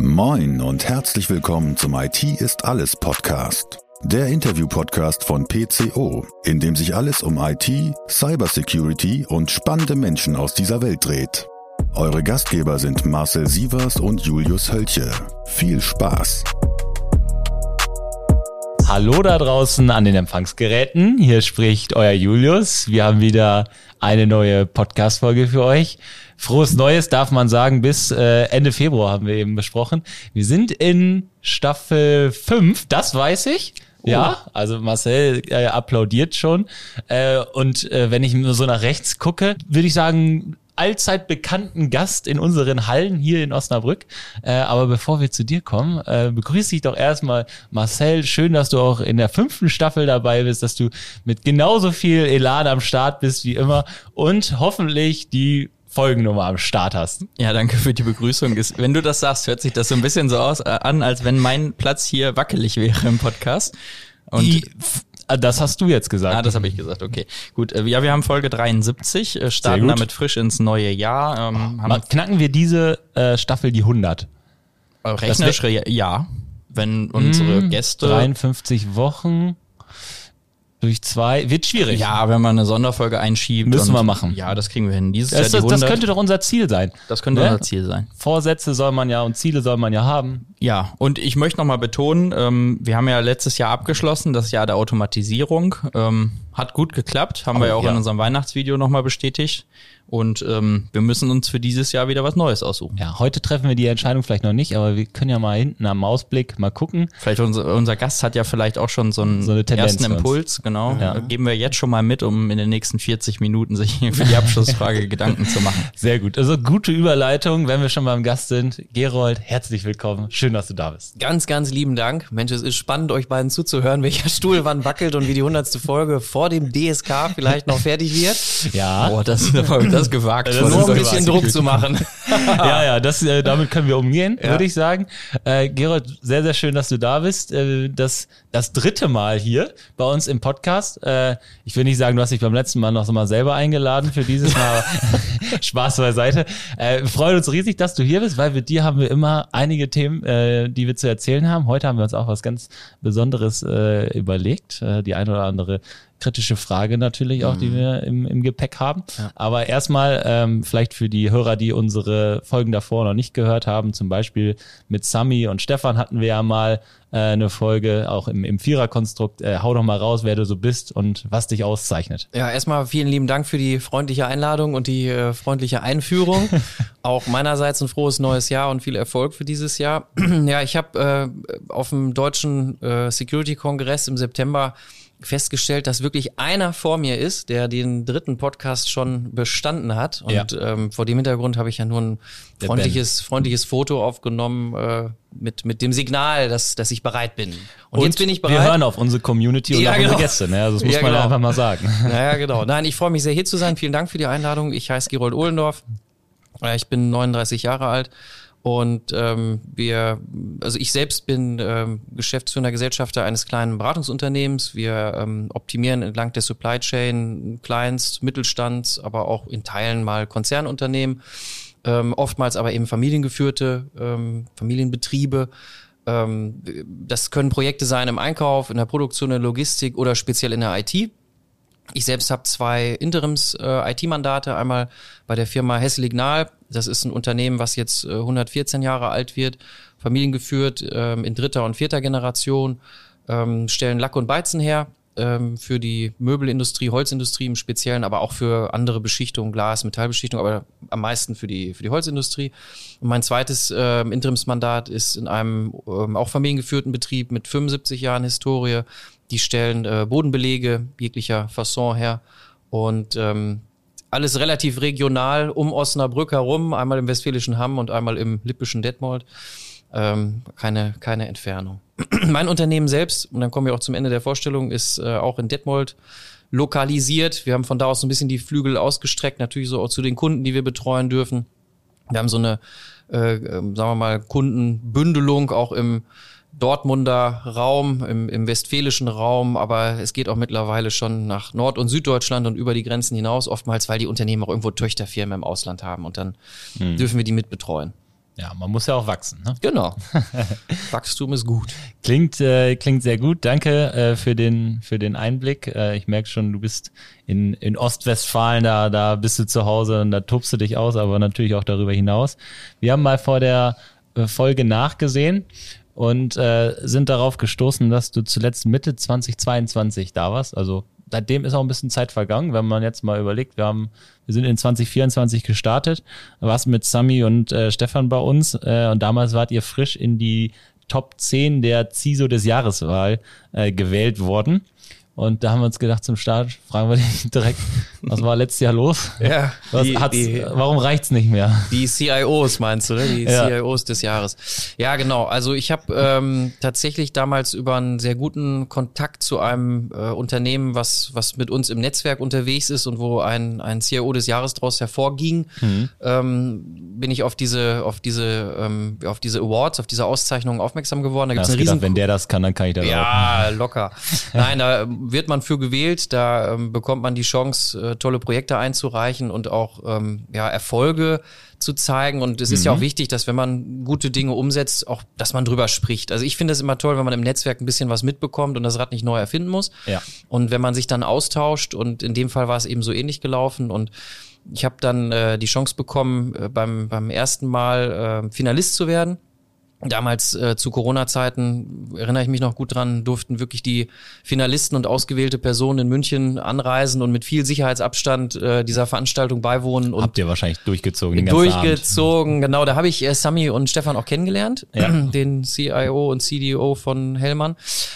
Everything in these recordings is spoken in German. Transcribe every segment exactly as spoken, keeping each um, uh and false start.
Moin und herzlich willkommen zum I T ist alles Podcast. Der Interview-Podcast von P C O, in dem sich alles um I T, Cybersecurity und spannende Menschen aus dieser Welt dreht. Eure Gastgeber sind Marcel Sievers und Julius Hölche. Viel Spaß! Hallo da draußen an den Empfangsgeräten, hier spricht euer Julius. Wir haben wieder eine neue Podcast-Folge für euch. Frohes Neues darf man sagen, bis äh, Ende Februar haben wir eben besprochen. Wir sind in Staffel fünf, das weiß ich. Oh. Ja, also Marcel äh, applaudiert schon. Äh, und äh, wenn ich nur so nach rechts gucke, würde ich sagen, allzeit bekannten Gast in unseren Hallen hier in Osnabrück. Äh, aber bevor wir zu dir kommen, äh, begrüße ich doch erstmal Marcel. Schön, dass du auch in der fünften Staffel dabei bist, dass du mit genauso viel Elan am Start bist wie immer und hoffentlich die Folgennummer am Start hast. Ja, danke für die Begrüßung. Wenn du das sagst, hört sich das so ein bisschen so aus, äh, an, als wenn mein Platz hier wackelig wäre im Podcast. Und die, das hast du jetzt gesagt. Ah, das habe ich gesagt, okay. Gut, äh, ja, wir haben Folge dreiundsiebzig, äh, starten damit frisch ins neue Jahr. Ähm, haben knacken wir diese äh, Staffel die hundert? Äh, rechnerisch, ja. Wenn unsere Gäste... dreiundfünfzig Wochen... Durch zwei, wird schwierig. Ja, wenn man eine Sonderfolge einschiebt. Müssen und, wir machen. Ja, das kriegen wir hin. Dieses das, Jahr die das könnte doch unser Ziel sein. Das könnte ne? unser Ziel sein. Vorsätze soll man ja und Ziele soll man ja haben. Ja, und ich möchte nochmal betonen, ähm, wir haben ja letztes Jahr abgeschlossen, das Jahr der Automatisierung. Ähm, hat gut geklappt, haben oh, wir ja auch ja. in unserem Weihnachtsvideo nochmal bestätigt. Und ähm, wir müssen uns für dieses Jahr wieder was Neues aussuchen. Ja, heute treffen wir die Entscheidung vielleicht noch nicht, aber wir können ja mal hinten am Ausblick mal gucken. Vielleicht unser, unser Gast hat ja vielleicht auch schon so einen so eine ersten Impuls, genau. Ja. Geben wir jetzt schon mal mit, um in den nächsten vierzig Minuten sich für die Abschlussfrage Gedanken zu machen. Sehr gut, also gute Überleitung, wenn wir schon beim Gast sind. Gerold, herzlich willkommen, schön, dass du da bist. Ganz, ganz lieben Dank. Mensch, es ist spannend, euch beiden zuzuhören, welcher Stuhl wann wackelt und wie die hundertste Folge vor dem D S K vielleicht noch fertig wird. Ja. Boah, das, das ist gewagt. Das nur ein bisschen Druck zu machen. ja, ja, das, äh, damit können wir umgehen, ja. würde ich sagen. Äh, Gerold, sehr, sehr schön, dass du da bist. Äh, das, das dritte Mal hier bei uns im Podcast. Äh, ich will nicht sagen, du hast dich beim letzten Mal noch so mal selber eingeladen für dieses Mal, aber Spaß beiseite. Äh, wir freuen uns riesig, dass du hier bist, weil mit dir haben wir immer einige Themen, äh, die wir zu erzählen haben. Heute haben wir uns auch was ganz Besonderes äh, überlegt. Äh, die eine oder andere kritische Frage natürlich auch, die wir im, im Gepäck haben. Ja. Aber erstmal ähm, vielleicht für die Hörer, die unsere Folgen davor noch nicht gehört haben, zum Beispiel mit Sami und Stefan hatten wir ja mal äh, eine Folge, auch im, im Viererkonstrukt. Äh, hau doch mal raus, wer du so bist und was dich auszeichnet. Ja, erstmal vielen lieben Dank für die freundliche Einladung und die äh, freundliche Einführung. Auch meinerseits ein frohes neues Jahr und viel Erfolg für dieses Jahr. Ja, ich habe äh, auf dem deutschen äh, Security-Kongress im September festgestellt, dass wirklich einer vor mir ist, der den dritten Podcast schon bestanden hat. Und ja. ähm, vor dem Hintergrund habe ich ja nur ein freundliches, freundliches Foto aufgenommen äh, mit mit dem Signal, dass dass ich bereit bin. Und, und jetzt bin ich bereit. Wir hören auf unsere Community und ja, auf genau. unsere Gäste. Ne? Also das muss ja, man genau. einfach mal sagen. Ja, genau. Nein, ich freue mich sehr, hier zu sein. Vielen Dank für die Einladung. Ich heiße Gerold Ohlendorf. Ich bin neununddreißig Jahre alt. Und ähm, wir, also ich selbst bin ähm, geschäftsführender Gesellschafter eines kleinen Beratungsunternehmens. Wir ähm, optimieren entlang der Supply Chain Kleinst-, Mittelstands, aber auch in Teilen mal Konzernunternehmen, ähm, oftmals aber eben familiengeführte ähm, Familienbetriebe. Ähm, das können Projekte sein im Einkauf, in der Produktion, in der Logistik oder speziell in der I T. Ich selbst habe zwei Interims-I T-Mandate, einmal bei der Firma Hesse-Lignal. Das ist ein Unternehmen, was jetzt äh, hundertvierzehn Jahre alt wird, familiengeführt, ähm, in dritter und vierter Generation, ähm, stellen Lack und Beizen her ähm, für die Möbelindustrie, Holzindustrie im Speziellen, aber auch für andere Beschichtungen, Glas, Metallbeschichtung, aber am meisten für die für die Holzindustrie. Und mein zweites ähm, Interimsmandat ist in einem ähm, auch familiengeführten Betrieb mit fünfundsiebzig Jahren Historie. Die stellen äh, Bodenbelege jeglicher Fasson her und ähm, alles relativ regional um Osnabrück herum, einmal im westfälischen Hamm und einmal im lippischen Detmold. Ähm, keine keine Entfernung. Mein Unternehmen selbst, und dann kommen wir auch zum Ende der Vorstellung, ist äh, auch in Detmold lokalisiert. Wir haben von da aus so ein bisschen die Flügel ausgestreckt, natürlich so auch zu den Kunden, die wir betreuen dürfen. Wir haben so eine, äh, sagen wir mal, Kundenbündelung auch im Dortmunder Raum, im, im westfälischen Raum, aber es geht auch mittlerweile schon nach Nord- und Süddeutschland und über die Grenzen hinaus, oftmals, weil die Unternehmen auch irgendwo Töchterfirmen im Ausland haben und dann hm. dürfen wir die mitbetreuen. Ja, man muss ja auch wachsen. Ne? Genau. Wachstum ist gut. Klingt äh, klingt sehr gut. Danke äh, für den für den Einblick. Äh, ich merke schon, du bist in in Ostwestfalen, da da bist du zu Hause und da tobst du dich aus, aber natürlich auch darüber hinaus. Wir haben mal vor der äh, Folge nachgesehen und äh, sind darauf gestoßen, dass du zuletzt Mitte zweitausendzweiundzwanzig da warst. Also seitdem ist auch ein bisschen Zeit vergangen, wenn man jetzt mal überlegt, wir haben, wir sind in zwanzig vierundzwanzig gestartet, warst mit Sami und äh, Stefan bei uns äh, und damals wart ihr frisch in die Top zehn der C I S O des Jahreswahl äh, gewählt worden. Und da haben wir uns gedacht, zum Start fragen wir dich direkt, was war letztes Jahr los? Ja, was die, hat's, die, warum reicht's nicht mehr? Die C I Os meinst du, ne? Die ja. C I Os des Jahres. Ja, genau. Also ich habe ähm, tatsächlich damals über einen sehr guten Kontakt zu einem äh, Unternehmen, was was mit uns im Netzwerk unterwegs ist und wo ein ein C I O des Jahres daraus hervorging, mhm. ähm, bin ich auf diese auf diese ähm, auf diese Awards, auf diese Auszeichnungen aufmerksam geworden. Da gibt's ja, eine riesen gedacht, wenn der das kann, dann kann ich das ja, auch. Ja, locker. Nein, da wird man für gewählt, da ähm, bekommt man die Chance, äh, tolle Projekte einzureichen und auch ähm, ja, Erfolge zu zeigen. Und es ist mhm. ja auch wichtig, dass wenn man gute Dinge umsetzt, auch, dass man drüber spricht. Also ich finde es immer toll, wenn man im Netzwerk ein bisschen was mitbekommt und das Rad nicht neu erfinden muss. Ja. Und wenn man sich dann austauscht, und in dem Fall war es eben so ähnlich gelaufen, und ich habe dann äh, die Chance bekommen, äh, beim beim ersten Mal äh, Finalist zu werden. Damals äh, zu Corona-Zeiten, erinnere ich mich noch gut dran, durften wirklich die Finalisten und ausgewählte Personen in München anreisen und mit viel Sicherheitsabstand äh, dieser Veranstaltung beiwohnen. Und habt ihr wahrscheinlich durchgezogen den ganzen Durchgezogen, Abend. Genau. Da habe ich äh, Sami und Stefan auch kennengelernt, ja. den C I O und C D O von Hellmann.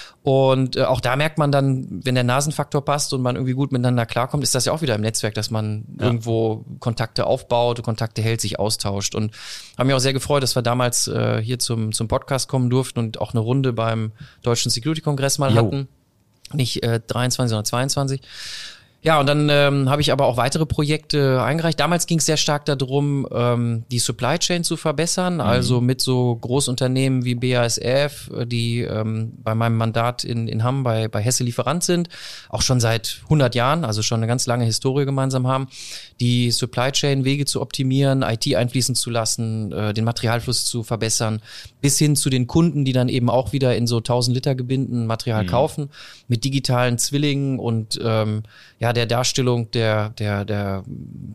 Und äh, auch da merkt man dann, wenn der Nasenfaktor passt und man irgendwie gut miteinander klarkommt, ist das ja auch wieder im Netzwerk, dass man ja. irgendwo Kontakte aufbaut, Kontakte hält, sich austauscht. Und haben mich auch sehr gefreut, dass wir damals äh, hier zum zum Podcast kommen durften und auch eine Runde beim Deutschen Security-Kongress mal jo. hatten. Nicht äh, dreiundzwanzig, sondern zweiundzwanzig. Ja, und dann ähm, habe ich aber auch weitere Projekte eingereicht. Damals ging es sehr stark darum, ähm, die Supply Chain zu verbessern, mhm. also mit so Großunternehmen wie B A S F, die ähm, bei meinem Mandat in, in Hamm bei, bei Hesse Lieferant sind, auch schon seit hundert Jahren, also schon eine ganz lange Historie gemeinsam haben, die Supply Chain Wege zu optimieren, I T einfließen zu lassen, äh, den Materialfluss zu verbessern, bis hin zu den Kunden, die dann eben auch wieder in so tausend Liter Gebinden Material mhm. kaufen, mit digitalen Zwillingen und ähm, ja, der Darstellung der, der, der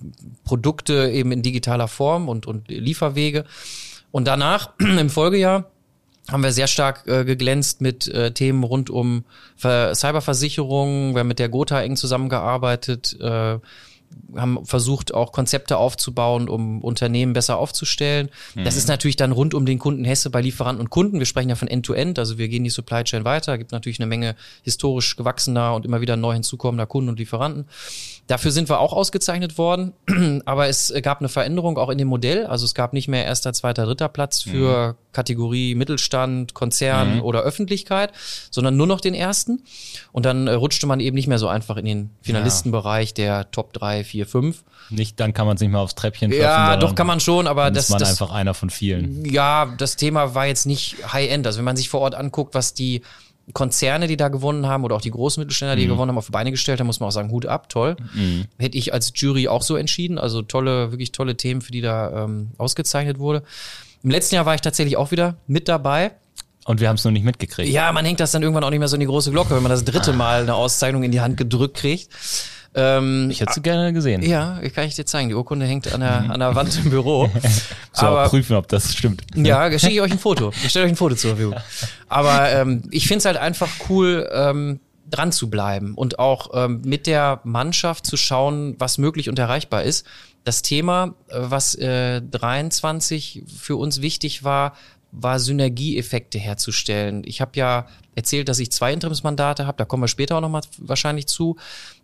Produkte eben in digitaler Form und, und Lieferwege. Und danach, im Folgejahr, haben wir sehr stark äh, geglänzt mit äh, Themen rund um Ver- Cyberversicherung. Wir haben mit der Gotha eng zusammengearbeitet, äh, haben versucht, auch Konzepte aufzubauen, um Unternehmen besser aufzustellen. Mhm. Das ist natürlich dann rund um den Kunden Hesse bei Lieferanten und Kunden. Wir sprechen ja von End-to-End, also wir gehen die Supply Chain weiter. Gibt natürlich eine Menge historisch gewachsener und immer wieder neu hinzukommender Kunden und Lieferanten. Dafür sind wir auch ausgezeichnet worden, aber es gab eine Veränderung auch in dem Modell. Also es gab nicht mehr erster, zweiter, dritter Platz für mhm. Kategorie Mittelstand, Konzern mhm. oder Öffentlichkeit, sondern nur noch den ersten. Und dann äh, rutschte man eben nicht mehr so einfach in den Finalistenbereich der Top drei, vier, fünf. Nicht, dann kann man es nicht mehr aufs Treppchen schaffen. Ja, doch kann man schon, aber das ist man das, einfach einer von vielen. Ja, das Thema war jetzt nicht High-End. Also wenn man sich vor Ort anguckt, was die Konzerne, die da gewonnen haben, oder auch die großen Mittelständler, die mhm. gewonnen haben, auf die Beine gestellt haben, muss man auch sagen, Hut ab, toll. Mhm. Hätte ich als Jury auch so entschieden. Also tolle, wirklich tolle Themen, für die da ähm, ausgezeichnet wurde. Im letzten Jahr war ich tatsächlich auch wieder mit dabei. Und wir haben es noch nicht mitgekriegt. Ja, man hängt das dann irgendwann auch nicht mehr so in die große Glocke, wenn man das dritte Mal eine Auszeichnung in die Hand gedrückt kriegt. Ähm, ich hätte sie gerne gesehen. Ja, kann ich dir zeigen. Die Urkunde hängt an der, an der Wand im Büro. so, aber prüfen, ob das stimmt. Ja, schicke ich euch ein Foto. Ich stelle euch ein Foto zur Verfügung. Aber ähm, ich finde es halt einfach cool, ähm, dran zu bleiben und auch ähm, mit der Mannschaft zu schauen, was möglich und erreichbar ist. Das Thema, äh, was äh, dreiundzwanzig für uns wichtig war, war Synergieeffekte herzustellen. Ich habe ja erzählt, dass ich zwei Interimsmandate habe, da kommen wir später auch nochmal wahrscheinlich zu.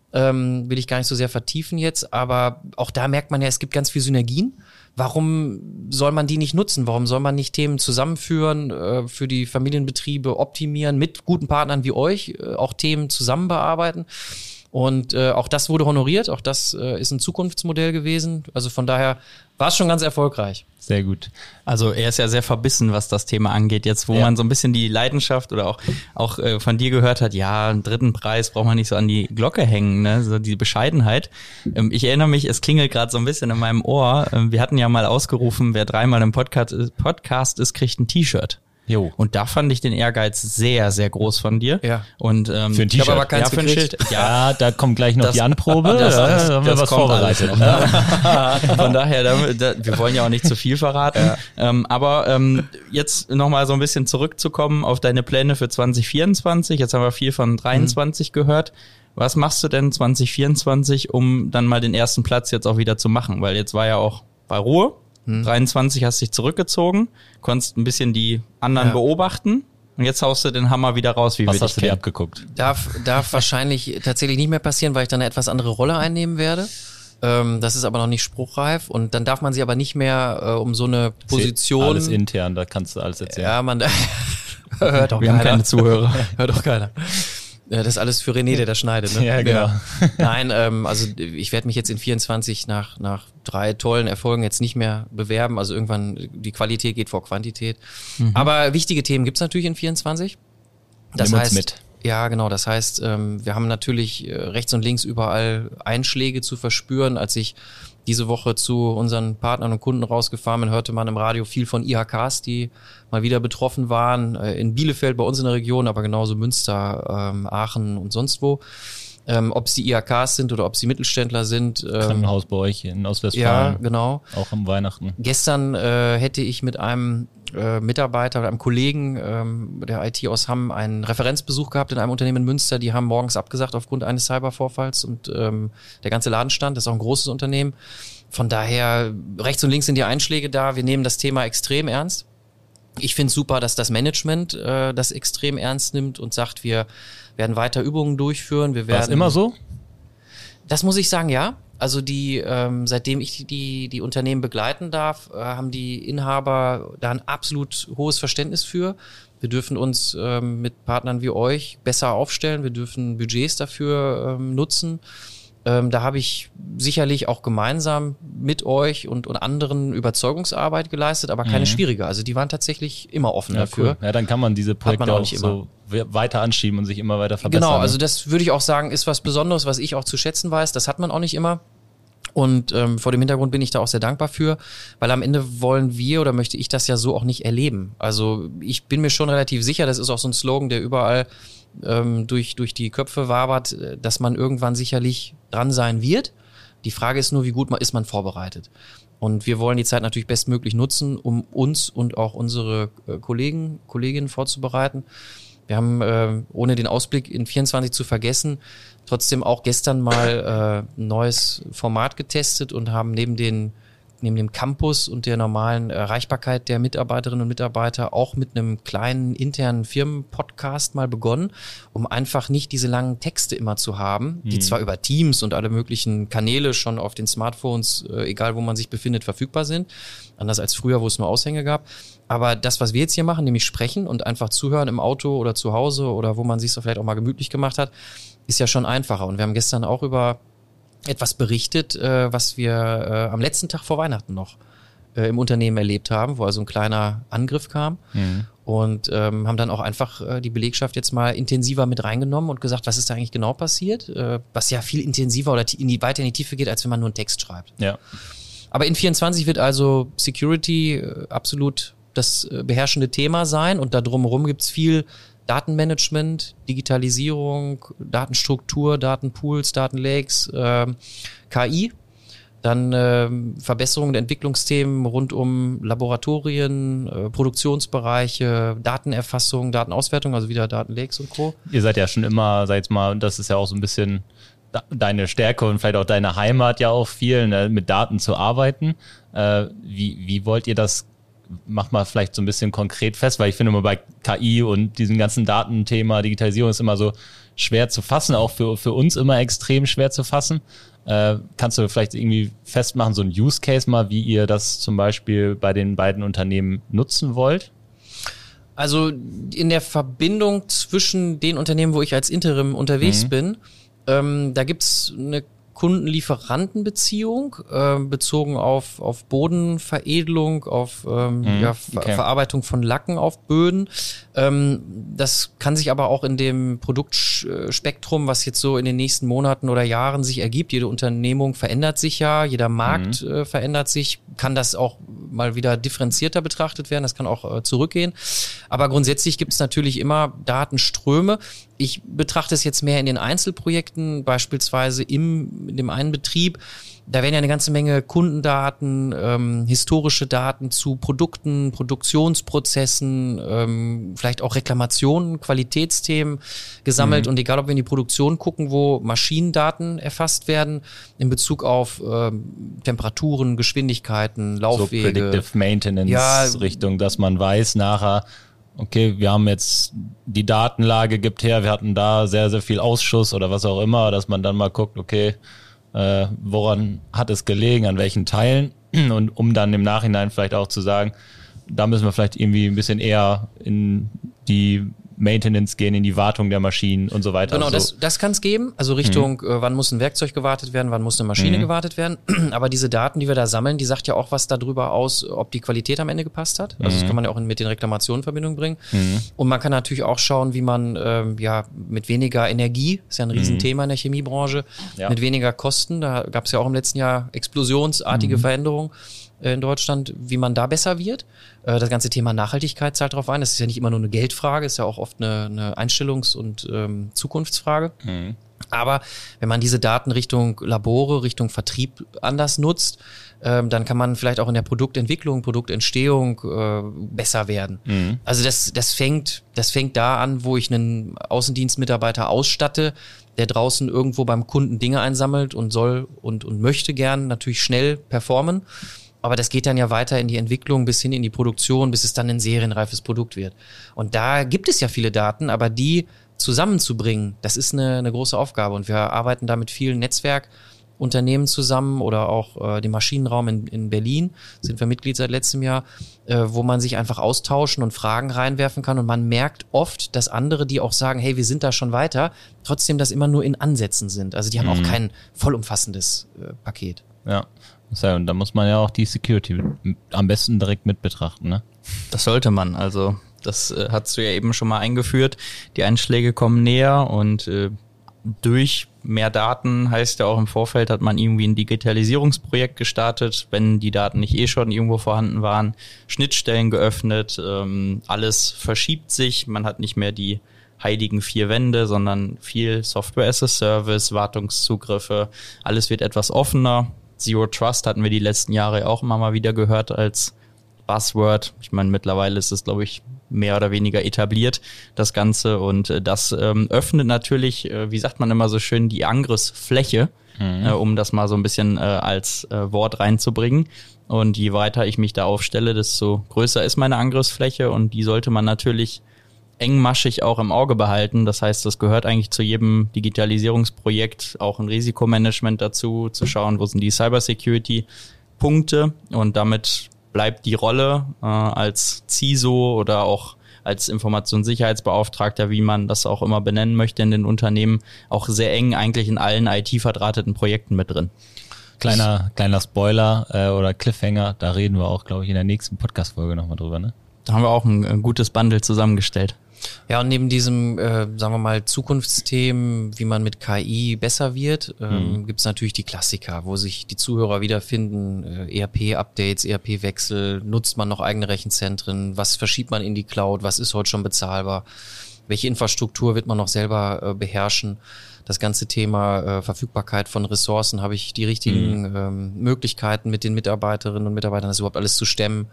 Ähm, will ich gar nicht so sehr vertiefen jetzt, aber auch da merkt man ja, es gibt ganz viel Synergien. Warum soll man die nicht nutzen? Warum soll man nicht Themen zusammenführen, äh, für die Familienbetriebe optimieren, mit guten Partnern wie euch, äh, auch Themen zusammen bearbeiten? Und äh, auch das wurde honoriert, auch das äh, ist ein Zukunftsmodell gewesen. Also von daher war es schon ganz erfolgreich. Sehr gut. Also er ist ja sehr verbissen, was das Thema angeht. Jetzt, wo ja. man so ein bisschen die Leidenschaft oder auch auch äh, von dir gehört hat, ja, einen dritten Preis braucht man nicht so an die Glocke hängen, ne? So die Bescheidenheit. Ähm, ich erinnere mich, es klingelt gerade so ein bisschen in meinem Ohr. Ähm, wir hatten ja mal ausgerufen, wer dreimal im Podcast ist, Podcast ist, kriegt ein T-Shirt. Jo. Und da fand ich den Ehrgeiz sehr, sehr groß von dir. Ja. Und ähm, für ein T-Shirt. Ich habe aber keins ja, für ein Schild. Ja, da kommt gleich noch das, die Anprobe. Das, ja, das, da haben das wir was kommt vorbereitet. Noch, ne? Von daher, da, da, wir wollen ja auch nicht zu viel verraten. Ja. Ähm, aber ähm, jetzt nochmal so ein bisschen zurückzukommen auf deine Pläne für zwanzig vierundzwanzig. Jetzt haben wir viel von dreiundzwanzig mhm. gehört. Was machst du denn zwanzig vierundzwanzig, um dann mal den ersten Platz jetzt auch wieder zu machen? Weil jetzt war ja auch bei Ruhe. dreiundzwanzig hast dich zurückgezogen, konntest ein bisschen die anderen ja. beobachten und jetzt haust du den Hammer wieder raus, wie Was wir hast dich du dir kennen. abgeguckt? Darf, darf wahrscheinlich tatsächlich nicht mehr passieren, weil ich dann eine etwas andere Rolle einnehmen werde. Ähm, das ist aber noch nicht spruchreif und dann darf man sie aber nicht mehr äh, um so eine Position... Alles intern, da kannst du alles erzählen. Ja, man... hört doch wir keiner. haben keine Zuhörer. Hört doch keiner. Ja, das ist alles für René, der das schneidet. Ne? Ja, genau. Ja. Nein, ähm, also ich werde mich jetzt in vierundzwanzig nach nach drei tollen Erfolgen jetzt nicht mehr bewerben. Also irgendwann, die Qualität geht vor Quantität. Mhm. Aber wichtige Themen gibt's natürlich in vierundzwanzig. Das Nimm heißt, uns mit. Ja, genau. Das heißt, ähm, wir haben natürlich äh, rechts und links überall Einschläge zu verspüren. Als ich diese Woche zu unseren Partnern und Kunden rausgefahren bin, hörte man im Radio viel von I H Ks, die mal wieder betroffen waren. Äh, in Bielefeld bei uns in der Region, aber genauso Münster, ähm, Aachen und sonst wo. Ähm, ob es die I H Ks sind oder ob sie Mittelständler sind. Ähm, Krankenhaus bei euch in Ostwestfalen. Ja, genau. Auch am Weihnachten. Gestern äh, hätte ich mit einem äh, Mitarbeiter oder einem Kollegen ähm, der I T aus Hamm einen Referenzbesuch gehabt in einem Unternehmen in Münster. Die haben morgens abgesagt aufgrund eines Cybervorfalls und ähm, der ganze Laden stand. Das ist auch ein großes Unternehmen. Von daher, rechts und links sind die Einschläge da. Wir nehmen das Thema extrem ernst. Ich finde es super, dass das Management äh, das extrem ernst nimmt und sagt, wir werden weiter Übungen durchführen. Wir werden. War es immer so? Das muss ich sagen, ja. Also die, ähm, seitdem ich die die Unternehmen begleiten darf, äh, haben die Inhaber da ein absolut hohes Verständnis für. Wir dürfen uns ähm, mit Partnern wie euch besser aufstellen. Wir dürfen Budgets dafür ähm, nutzen. Ähm, da habe ich sicherlich auch gemeinsam mit euch und, und anderen Überzeugungsarbeit geleistet, aber keine mhm. schwierige. Also die waren tatsächlich immer offen ja, dafür. Cool. Ja, dann kann man diese Projekte man auch auch, nicht so weiter anschieben und sich immer weiter verbessern. Genau, also das würde ich auch sagen, ist was Besonderes, was ich auch zu schätzen weiß. Das hat man auch nicht immer. Und ähm, vor dem Hintergrund bin ich da auch sehr dankbar für, weil am Ende wollen wir oder möchte ich das ja so auch nicht erleben. Also ich bin mir schon relativ sicher, das ist auch so ein Slogan, der überall ähm, durch durch die Köpfe wabert, dass man irgendwann sicherlich dran sein wird. Die Frage ist nur, wie gut man ist man vorbereitet. Und wir wollen die Zeit natürlich bestmöglich nutzen, um uns und auch unsere äh, Kollegen, Kolleginnen vorzubereiten. Wir haben, äh, ohne den Ausblick in vierundzwanzig zu vergessen, trotzdem auch gestern mal äh, ein neues Format getestet und haben neben den neben dem Campus und der normalen Erreichbarkeit der Mitarbeiterinnen und Mitarbeiter auch mit einem kleinen internen Firmenpodcast mal begonnen, um einfach nicht diese langen Texte immer zu haben, die mhm. zwar über Teams und alle möglichen Kanäle schon auf den Smartphones, äh, egal wo man sich befindet, verfügbar sind. Anders als früher, wo es nur Aushänge gab. Aber das, was wir jetzt hier machen, nämlich sprechen und einfach zuhören im Auto oder zu Hause oder wo man sich so vielleicht auch mal gemütlich gemacht hat, ist ja schon einfacher. Und wir haben gestern auch über etwas berichtet, äh, was wir äh, am letzten Tag vor Weihnachten noch äh, im Unternehmen erlebt haben, wo also ein kleiner Angriff kam mhm. und ähm, haben dann auch einfach äh, die Belegschaft jetzt mal intensiver mit reingenommen und gesagt, was ist da eigentlich genau passiert, äh, was ja viel intensiver oder in die, weiter in die Tiefe geht, als wenn man nur einen Text schreibt. Ja. Aber in vierundzwanzig wird also Security äh, absolut das äh, beherrschende Thema sein und da drumherum gibt's viel Datenmanagement, Digitalisierung, Datenstruktur, Datenpools, Datenlakes, äh, K I, dann äh, Verbesserungen der Entwicklungsthemen rund um Laboratorien, äh, Produktionsbereiche, Datenerfassung, Datenauswertung, also wieder Datenlakes und Co. Ihr seid ja schon immer, sag ich mal, und das ist ja auch so ein bisschen deine Stärke und vielleicht auch deine Heimat ja auch viel, ne, mit Daten zu arbeiten. Äh, wie, wie wollt ihr das mach mal vielleicht so ein bisschen konkret fest, weil ich finde immer bei K I und diesem ganzen Datenthema, Digitalisierung ist immer so schwer zu fassen, auch für, für uns immer extrem schwer zu fassen. Äh, kannst du vielleicht irgendwie festmachen, so ein Use Case mal, wie ihr das zum Beispiel bei den beiden Unternehmen nutzen wollt? Also in der Verbindung zwischen den Unternehmen, wo ich als Interim unterwegs mhm. bin, Ähm, da gibt's eine Kundenlieferantenbeziehung äh, bezogen auf auf Bodenveredelung, auf ähm, Mhm, ja, Ver okay. Verarbeitung von Lacken auf Böden. Ähm, das kann sich aber auch in dem Produktspektrum, was jetzt so in den nächsten Monaten oder Jahren sich ergibt. Jede Unternehmung verändert sich ja, jeder Markt äh, verändert sich. Kann das auch mal wieder differenzierter betrachtet werden? Das kann auch äh, zurückgehen. Aber grundsätzlich gibt es natürlich immer Datenströme. Ich betrachte es jetzt mehr in den Einzelprojekten, beispielsweise im, in dem einen Betrieb. Da werden ja eine ganze Menge Kundendaten, ähm, historische Daten zu Produkten, Produktionsprozessen, ähm, vielleicht auch Reklamationen, Qualitätsthemen gesammelt. Mhm. Und egal, ob wir in die Produktion gucken, wo Maschinendaten erfasst werden, in Bezug auf ähm, Temperaturen, Geschwindigkeiten, Laufwege. So Predictive Maintenance Ja. Richtung, dass man weiß nachher, okay, wir haben jetzt die Datenlage gibt her, wir hatten da sehr, sehr viel Ausschuss oder was auch immer, dass man dann mal guckt, okay, äh, woran hat es gelegen, an welchen Teilen, und um dann im Nachhinein vielleicht auch zu sagen, da müssen wir vielleicht irgendwie ein bisschen eher in die Maintenance gehen, in die Wartung der Maschinen und so weiter. Genau, also, das, das kann es geben. Also Richtung, äh, wann muss ein Werkzeug gewartet werden, wann muss eine Maschine Mhm. gewartet werden. Aber diese Daten, die wir da sammeln, die sagt ja auch was darüber aus, ob die Qualität am Ende gepasst hat. Also das Mhm. kann man ja auch in, mit den Reklamationen in Verbindung bringen. Mhm. Und man kann natürlich auch schauen, wie man ähm, ja mit weniger Energie, ist ja ein Riesenthema in der Chemiebranche, Ja. mit weniger Kosten, da gab es ja auch im letzten Jahr explosionsartige Veränderungen äh, in Deutschland, wie man da besser wird. Äh, Das ganze Thema Nachhaltigkeit zahlt darauf ein. Das ist ja nicht immer nur eine Geldfrage, ist ja auch oft eine, eine Einstellungs- und ähm, Zukunftsfrage. Mhm. Aber wenn man diese Daten Richtung Labore, Richtung Vertrieb anders nutzt, ähm, dann kann man vielleicht auch in der Produktentwicklung, Produktentstehung äh, besser werden. Mhm. Also das, das fängt, das fängt da an, wo ich einen Außendienstmitarbeiter ausstatte, der draußen irgendwo beim Kunden Dinge einsammelt und soll und, und möchte gern natürlich schnell performen. Aber das geht dann ja weiter in die Entwicklung bis hin in die Produktion, bis es dann ein serienreifes Produkt wird. Und da gibt es ja viele Daten, aber die zusammenzubringen, das ist eine, eine große Aufgabe. Und wir arbeiten da mit vielen Netzwerkunternehmen zusammen oder auch äh, dem Maschinenraum in, in Berlin, sind wir Mitglied seit letztem Jahr, äh, wo man sich einfach austauschen und Fragen reinwerfen kann. Und man merkt oft, dass andere, die auch sagen, hey, wir sind da schon weiter, trotzdem das immer nur in Ansätzen sind. Also die haben auch kein vollumfassendes äh, Paket. Ja. So, und da muss man ja auch die Security am besten direkt mit betrachten, ne? Das sollte man. Also das äh, hast du ja eben schon mal eingeführt. Die Einschläge kommen näher und äh, durch mehr Daten heißt ja auch im Vorfeld hat man irgendwie ein Digitalisierungsprojekt gestartet, wenn die Daten nicht eh schon irgendwo vorhanden waren, Schnittstellen geöffnet, ähm, alles verschiebt sich, man hat nicht mehr die heiligen vier Wände, sondern viel Software as a Service, Wartungszugriffe, alles wird etwas offener. Zero Trust hatten wir die letzten Jahre auch immer mal wieder gehört als Buzzword. Ich meine, mittlerweile ist es, glaube ich, mehr oder weniger etabliert, das Ganze. Und äh, das ähm, öffnet natürlich, äh, wie sagt man immer so schön, die Angriffsfläche, mhm. äh, um das mal so ein bisschen äh, als äh, Wort reinzubringen. Und je weiter ich mich da aufstelle, desto größer ist meine Angriffsfläche und die sollte man natürlich engmaschig auch im Auge behalten. Das heißt, das gehört eigentlich zu jedem Digitalisierungsprojekt auch ein Risikomanagement dazu, zu schauen, wo sind die Cybersecurity-Punkte und damit bleibt die Rolle äh, als C I S O oder auch als Informationssicherheitsbeauftragter, wie man das auch immer benennen möchte in den Unternehmen, auch sehr eng eigentlich in allen I T-verdrahteten Projekten mit drin. Kleiner, kleiner Spoiler äh, oder Cliffhanger, da reden wir auch, glaube ich, in der nächsten Podcast-Folge nochmal drüber, ne? Da haben wir auch ein, ein gutes Bundle zusammengestellt. Ja, und neben diesem, äh, sagen wir mal, Zukunftsthemen, wie man mit K I besser wird, ähm, mhm. gibt es natürlich die Klassiker, wo sich die Zuhörer wiederfinden, äh, E R P-Updates, E R P-Wechsel, nutzt man noch eigene Rechenzentren, was verschiebt man in die Cloud, was ist heute schon bezahlbar, welche Infrastruktur wird man noch selber äh, beherrschen, das ganze Thema äh, Verfügbarkeit von Ressourcen, habe ich die richtigen mhm. ähm, Möglichkeiten mit den Mitarbeiterinnen und Mitarbeitern, das überhaupt alles zu stemmen.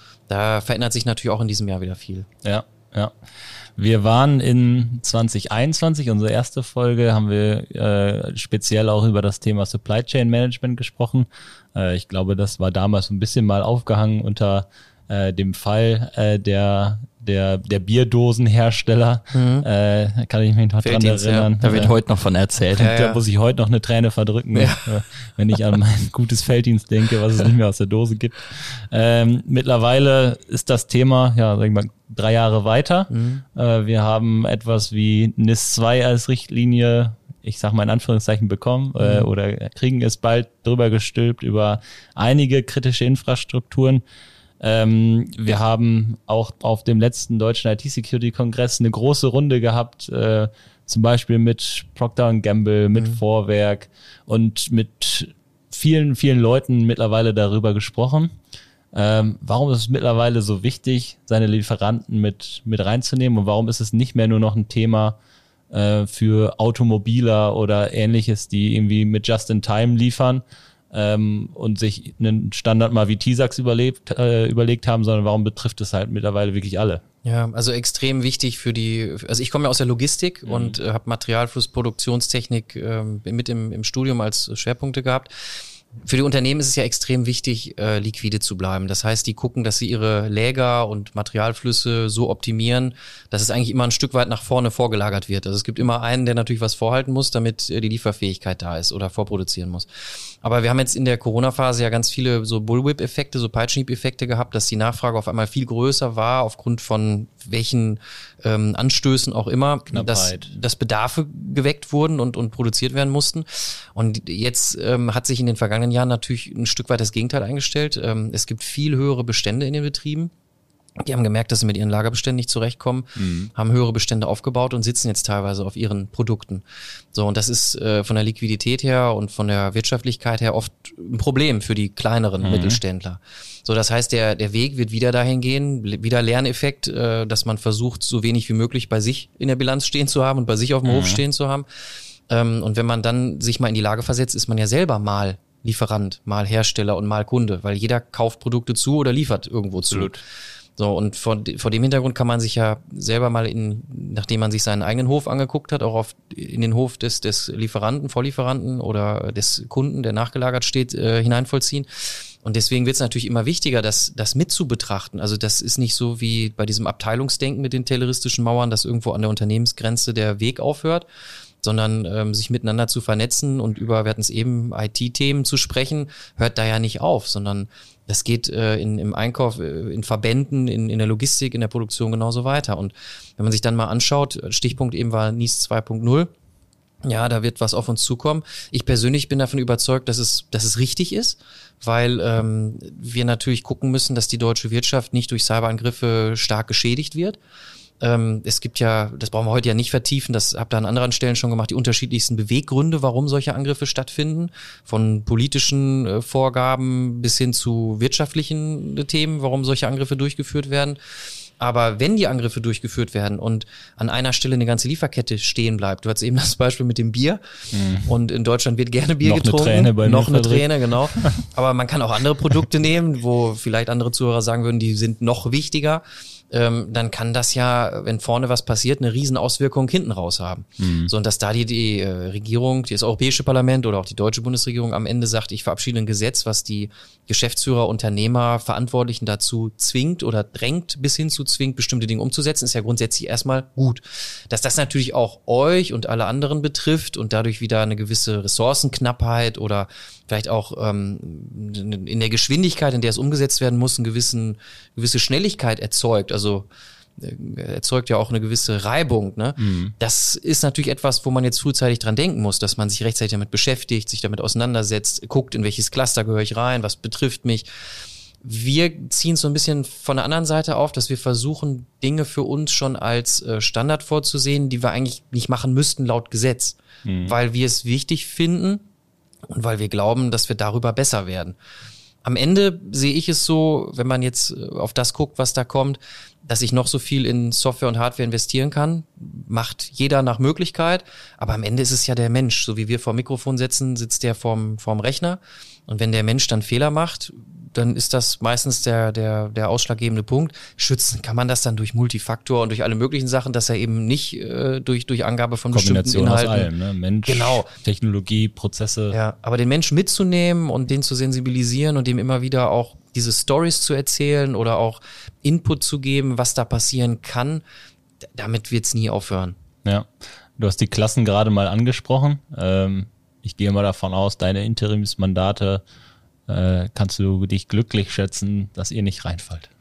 Da verändert sich natürlich auch in diesem Jahr wieder viel. Ja, ja. Wir waren in zwanzig einundzwanzig, unsere erste Folge, haben wir äh, speziell auch über das Thema Supply Chain Management gesprochen. Äh, ich glaube, das war damals ein bisschen mal aufgehangen unter äh, dem Fall äh, der der der Bierdosenhersteller. Mhm. Äh, kann ich mich noch dran erinnern. Ja. Da wird äh, heute noch von erzählt. Ja, ja. Da muss ich heute noch eine Träne verdrücken, ja. äh, wenn ich an mein gutes Felddienst denke, was es nicht mehr aus der Dose gibt. Ähm, mittlerweile ist das Thema, ja, sag ich mal, drei Jahre weiter. Mhm. Äh, wir haben etwas wie N I S zwei als Richtlinie ich sag mal in Anführungszeichen, bekommen mhm. äh, oder kriegen es bald drüber gestülpt über einige kritische Infrastrukturen. Ähm, wir haben auch auf dem letzten deutschen I T-Security-Kongress eine große Runde gehabt, äh, zum Beispiel mit Procter und Gamble, mit mhm. Vorwerk und mit vielen, vielen Leuten mittlerweile darüber gesprochen. Ähm, warum ist es mittlerweile so wichtig, seine Lieferanten mit, mit reinzunehmen und warum ist es nicht mehr nur noch ein Thema äh, für Automobiler oder ähnliches, die irgendwie mit Just-in-Time liefern ähm, und sich einen Standard mal wie T-Sax überlebt, äh, überlegt haben, sondern warum betrifft es halt mittlerweile wirklich alle? Ja, also extrem wichtig für die, also ich komme ja aus der Logistik mhm. und äh, habe Materialfluss, Produktionstechnik äh, mit im, im Studium als Schwerpunkte gehabt. Für die Unternehmen ist es ja extrem wichtig, äh, liquide zu bleiben. Das heißt, die gucken, dass sie ihre Läger und Materialflüsse so optimieren, dass es eigentlich immer ein Stück weit nach vorne vorgelagert wird. Also es gibt immer einen, der natürlich was vorhalten muss, damit äh, die Lieferfähigkeit da ist oder vorproduzieren muss. Aber wir haben jetzt in der Corona-Phase ja ganz viele so Bullwhip-Effekte, so Peitschenhieb-Effekte gehabt, dass die Nachfrage auf einmal viel größer war, aufgrund von welchen ähm, Anstößen auch immer, dass, dass Bedarfe geweckt wurden und, und produziert werden mussten. Und jetzt ähm, hat sich in den vergangenen Jahren natürlich ein Stück weit das Gegenteil eingestellt. Ähm, es gibt viel höhere Bestände in den Betrieben. Die haben gemerkt, dass sie mit ihren Lagerbeständen nicht zurechtkommen, mhm. haben höhere Bestände aufgebaut und sitzen jetzt teilweise auf ihren Produkten. So, und das ist äh, von der Liquidität her und von der Wirtschaftlichkeit her oft ein Problem für die kleineren mhm. Mittelständler. So, das heißt, der der Weg wird wieder dahin gehen, wieder Lerneffekt, äh, dass man versucht, so wenig wie möglich bei sich in der Bilanz stehen zu haben und bei sich auf dem mhm. Hof stehen zu haben. Ähm, und wenn man dann sich mal in die Lage versetzt, ist man ja selber mal Lieferant, mal Hersteller und mal Kunde, weil jeder kauft Produkte zu oder liefert irgendwo zu. Absolut. So, und vor, vor dem Hintergrund kann man sich ja selber mal in, nachdem man sich seinen eigenen Hof angeguckt hat, auch auf in den Hof des, des Lieferanten, Vorlieferanten oder des Kunden, der nachgelagert steht, äh, hineinvollziehen. Und deswegen wird es natürlich immer wichtiger, das, das mit zu betrachten. Also das ist nicht so wie bei diesem Abteilungsdenken mit den tayloristischen Mauern, dass irgendwo an der Unternehmensgrenze der Weg aufhört, sondern ähm, sich miteinander zu vernetzen und über, wir hatten es eben, I T-Themen zu sprechen, hört da ja nicht auf, sondern das geht äh, in, im Einkauf, äh, in Verbänden, in, in der Logistik, in der Produktion genauso weiter. Und wenn man sich dann mal anschaut, Stichpunkt eben war N I S zwei Punkt null, ja, da wird was auf uns zukommen. Ich persönlich bin davon überzeugt, dass es, dass es richtig ist, weil ähm, wir natürlich gucken müssen, dass die deutsche Wirtschaft nicht durch Cyberangriffe stark geschädigt wird. Ähm, es gibt ja, das brauchen wir heute ja nicht vertiefen, das habt ihr an anderen Stellen schon gemacht, die unterschiedlichsten Beweggründe, warum solche Angriffe stattfinden, von politischen äh, Vorgaben bis hin zu wirtschaftlichen äh, Themen, warum solche Angriffe durchgeführt werden. Aber wenn die Angriffe durchgeführt werden und an einer Stelle eine ganze Lieferkette stehen bleibt, du hattest eben das Beispiel mit dem Bier mhm. und in Deutschland wird gerne Bier noch getrunken. Eine Träne bei noch eine Träne, genau. Aber man kann auch andere Produkte nehmen, wo vielleicht andere Zuhörer sagen würden, die sind noch wichtiger. Ähm, dann kann das ja, wenn vorne was passiert, eine riesen Auswirkung hinten raus haben. Mhm. So, und dass da die, die äh, Regierung, das Europäische Parlament oder auch die deutsche Bundesregierung am Ende sagt, ich verabschiede ein Gesetz, was die Geschäftsführer, Unternehmer, Verantwortlichen dazu zwingt oder drängt, bis hin zu zwingt, bestimmte Dinge umzusetzen, ist ja grundsätzlich erstmal gut. Dass das natürlich auch euch und alle anderen betrifft und dadurch wieder eine gewisse Ressourcenknappheit oder vielleicht auch ähm, in der Geschwindigkeit, in der es umgesetzt werden muss, eine gewissen, gewisse Schnelligkeit erzeugt. Also äh, erzeugt ja auch eine gewisse Reibung. Ne? Mhm. Das ist natürlich etwas, wo man jetzt frühzeitig dran denken muss, dass man sich rechtzeitig damit beschäftigt, sich damit auseinandersetzt, guckt, in welches Cluster gehöre ich rein, was betrifft mich. Wir ziehen es so ein bisschen von der anderen Seite auf, dass wir versuchen, Dinge für uns schon als äh, Standard vorzusehen, die wir eigentlich nicht machen müssten laut Gesetz, mhm. weil wir es wichtig finden, und weil wir glauben, dass wir darüber besser werden. Am Ende sehe ich es so, wenn man jetzt auf das guckt, was da kommt, dass ich noch so viel in Software und Hardware investieren kann, macht jeder nach Möglichkeit. Aber am Ende ist es ja der Mensch. So wie wir vor dem Mikrofon sitzen, sitzt der vorm, vorm Rechner. Und wenn der Mensch dann Fehler macht, dann ist das meistens der, der, der ausschlaggebende Punkt. Schützen kann man das dann durch Multifaktor und durch alle möglichen Sachen, dass er eben nicht äh, durch, durch Angabe von bestimmten Inhalten. Aus allem, ne? Mensch, genau. Technologie, Prozesse. Ja, aber den Menschen mitzunehmen und den zu sensibilisieren und dem immer wieder auch diese Stories zu erzählen oder auch Input zu geben, was da passieren kann, damit wird's nie aufhören. Ja, du hast die Klassen gerade mal angesprochen. Ähm, ich gehe mal davon aus, deine Interimsmandate äh, kannst du dich glücklich schätzen, dass ihr nicht reinfallt.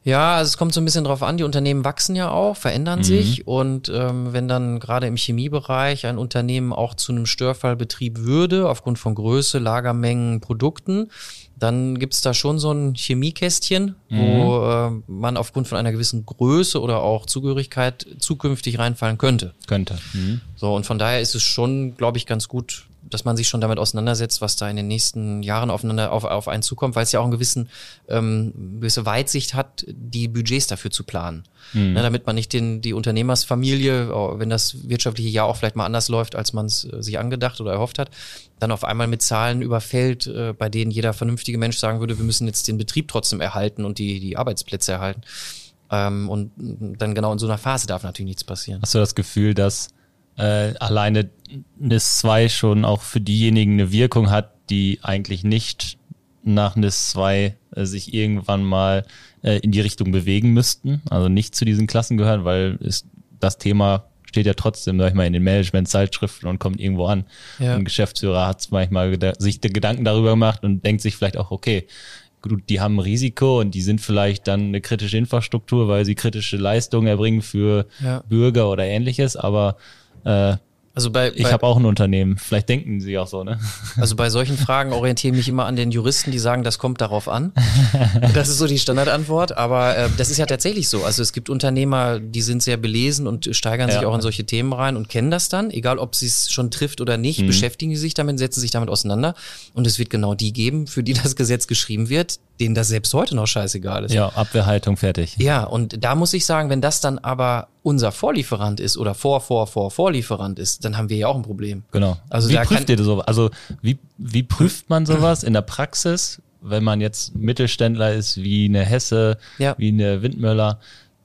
Ja, also es kommt so ein bisschen drauf an, die Unternehmen wachsen ja auch, verändern mhm. sich und ähm, wenn dann gerade im Chemiebereich ein Unternehmen auch zu einem Störfallbetrieb würde, aufgrund von Größe, Lagermengen, Produkten, dann gibt's da schon so ein Chemiekästchen, mhm. wo äh, man aufgrund von einer gewissen Größe oder auch Zugehörigkeit zukünftig reinfallen könnte. Könnte. Mhm. So, und von daher ist es schon, glaube ich, ganz gut, dass man sich schon damit auseinandersetzt, was da in den nächsten Jahren aufeinander auf, auf einen zukommt, weil es ja auch einen gewissen, ähm, gewisse Weitsicht hat, die Budgets dafür zu planen. Mhm. Ne, damit man nicht den, die Unternehmersfamilie, wenn das wirtschaftliche Jahr auch vielleicht mal anders läuft, als man es äh, sich angedacht oder erhofft hat, dann auf einmal mit Zahlen überfällt, äh, bei denen jeder vernünftige Mensch sagen würde, wir müssen jetzt den Betrieb trotzdem erhalten und die, die Arbeitsplätze erhalten. Ähm, und dann genau in so einer Phase darf natürlich nichts passieren. Hast du das Gefühl, dass Äh, alleine N I S zwei schon auch für diejenigen eine Wirkung hat, die eigentlich nicht nach N I S zwei äh, sich irgendwann mal äh, in die Richtung bewegen müssten, also nicht zu diesen Klassen gehören, weil es, das Thema steht ja trotzdem, sag ich mal, in den Management-Zeitschriften und kommt irgendwo an. Ja. Ein Geschäftsführer hat manchmal geda- sich die Gedanken darüber gemacht und denkt sich vielleicht auch, okay, gut, die haben ein Risiko und die sind vielleicht dann eine kritische Infrastruktur, weil sie kritische Leistungen erbringen für ja. Bürger oder ähnliches, aber Äh, also bei, ich habe auch ein Unternehmen. Vielleicht denken sie auch so, ne? Also bei solchen Fragen orientiere ich mich immer an den Juristen, die sagen, das kommt darauf an. Das ist so die Standardantwort. Aber äh, das ist ja tatsächlich so. Also es gibt Unternehmer, die sind sehr belesen und steigern ja. sich auch in solche Themen rein und kennen das dann. Egal, ob sie es schon trifft oder nicht, mhm. beschäftigen sie sich damit, setzen sich damit auseinander. Und es wird genau die geben, für die das Gesetz geschrieben wird, denen das selbst heute noch scheißegal ist. Ja, Abwehrhaltung fertig. Ja, und da muss ich sagen, wenn das dann aber unser Vorlieferant ist oder vor, vor, vor, Vorlieferant ist, dann haben wir ja auch ein Problem. Genau. Also wie prüft ihr das so? Also wie, wie prüft man sowas in der Praxis, wenn man jetzt Mittelständler ist, wie eine Hesse, ja. wie eine Windmöller?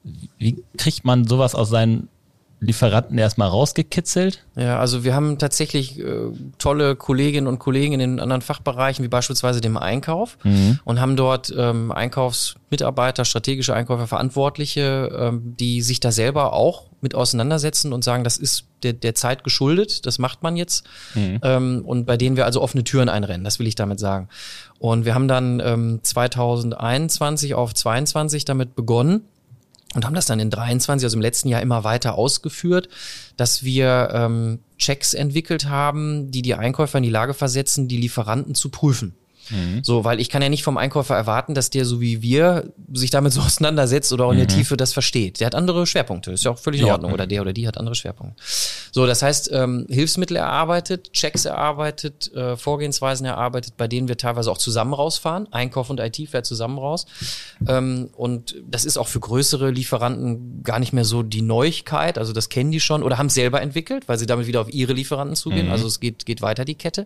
Wie kriegt man sowas aus seinen Lieferanten erstmal rausgekitzelt? Ja, also wir haben tatsächlich äh, tolle Kolleginnen und Kollegen in den anderen Fachbereichen, wie beispielsweise dem Einkauf mhm. und haben dort ähm, Einkaufsmitarbeiter, strategische Einkäufer, Verantwortliche, ähm, die sich da selber auch mit auseinandersetzen und sagen, das ist der, der Zeit geschuldet, das macht man jetzt mhm. ähm, und bei denen wir also offene Türen einrennen, das will ich damit sagen. Und wir haben dann ähm, zwanzig einundzwanzig auf zweiundzwanzig damit begonnen, und haben das dann in dreiundzwanzig, also im letzten Jahr, immer weiter ausgeführt, dass wir ähm, Checks entwickelt haben, die die Einkäufer in die Lage versetzen, die Lieferanten zu prüfen. Mhm. So, weil ich kann ja nicht vom Einkäufer erwarten, dass der so wie wir sich damit so auseinandersetzt oder auch in der mhm. Tiefe das versteht. Der hat andere Schwerpunkte, ist ja auch völlig in Ordnung. Ja. Oder der oder die hat andere Schwerpunkte. So, das heißt, ähm, Hilfsmittel erarbeitet, Checks erarbeitet, äh, Vorgehensweisen erarbeitet, bei denen wir teilweise auch zusammen rausfahren. Einkauf und I T fährt zusammen raus. Ähm, und das ist auch für größere Lieferanten gar nicht mehr so die Neuigkeit. Also das kennen die schon oder haben es selber entwickelt, weil sie damit wieder auf ihre Lieferanten zugehen. Mhm. Also es geht, geht weiter die Kette.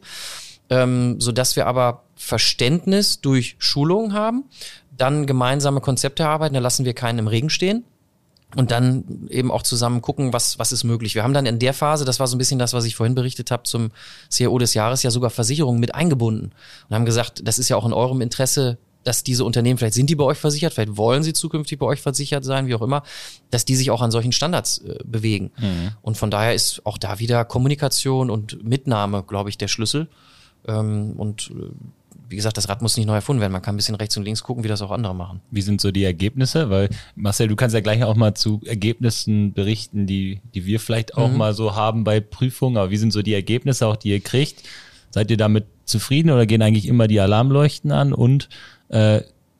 Ähm, so dass wir aber Verständnis durch Schulungen haben, dann gemeinsame Konzepte erarbeiten, da lassen wir keinen im Regen stehen und dann eben auch zusammen gucken, was was ist möglich. Wir haben dann in der Phase, das war so ein bisschen das, was ich vorhin berichtet habe, zum C I O des Jahres, ja sogar Versicherungen mit eingebunden und haben gesagt, das ist ja auch in eurem Interesse, dass diese Unternehmen, vielleicht sind die bei euch versichert, vielleicht wollen sie zukünftig bei euch versichert sein, wie auch immer, dass die sich auch an solchen Standards äh, bewegen. Mhm. Und von daher ist auch da wieder Kommunikation und Mitnahme, glaube ich, der Schlüssel. Ähm, und wie gesagt, das Rad muss nicht neu erfunden werden. Man kann ein bisschen rechts und links gucken, wie das auch andere machen. Wie sind so die Ergebnisse? Weil, Marcel, du kannst ja gleich auch mal zu Ergebnissen berichten, die die wir vielleicht auch mhm. mal so haben bei Prüfungen. Aber wie sind so die Ergebnisse auch, die ihr kriegt? Seid ihr damit zufrieden oder gehen eigentlich immer die Alarmleuchten an? Und äh,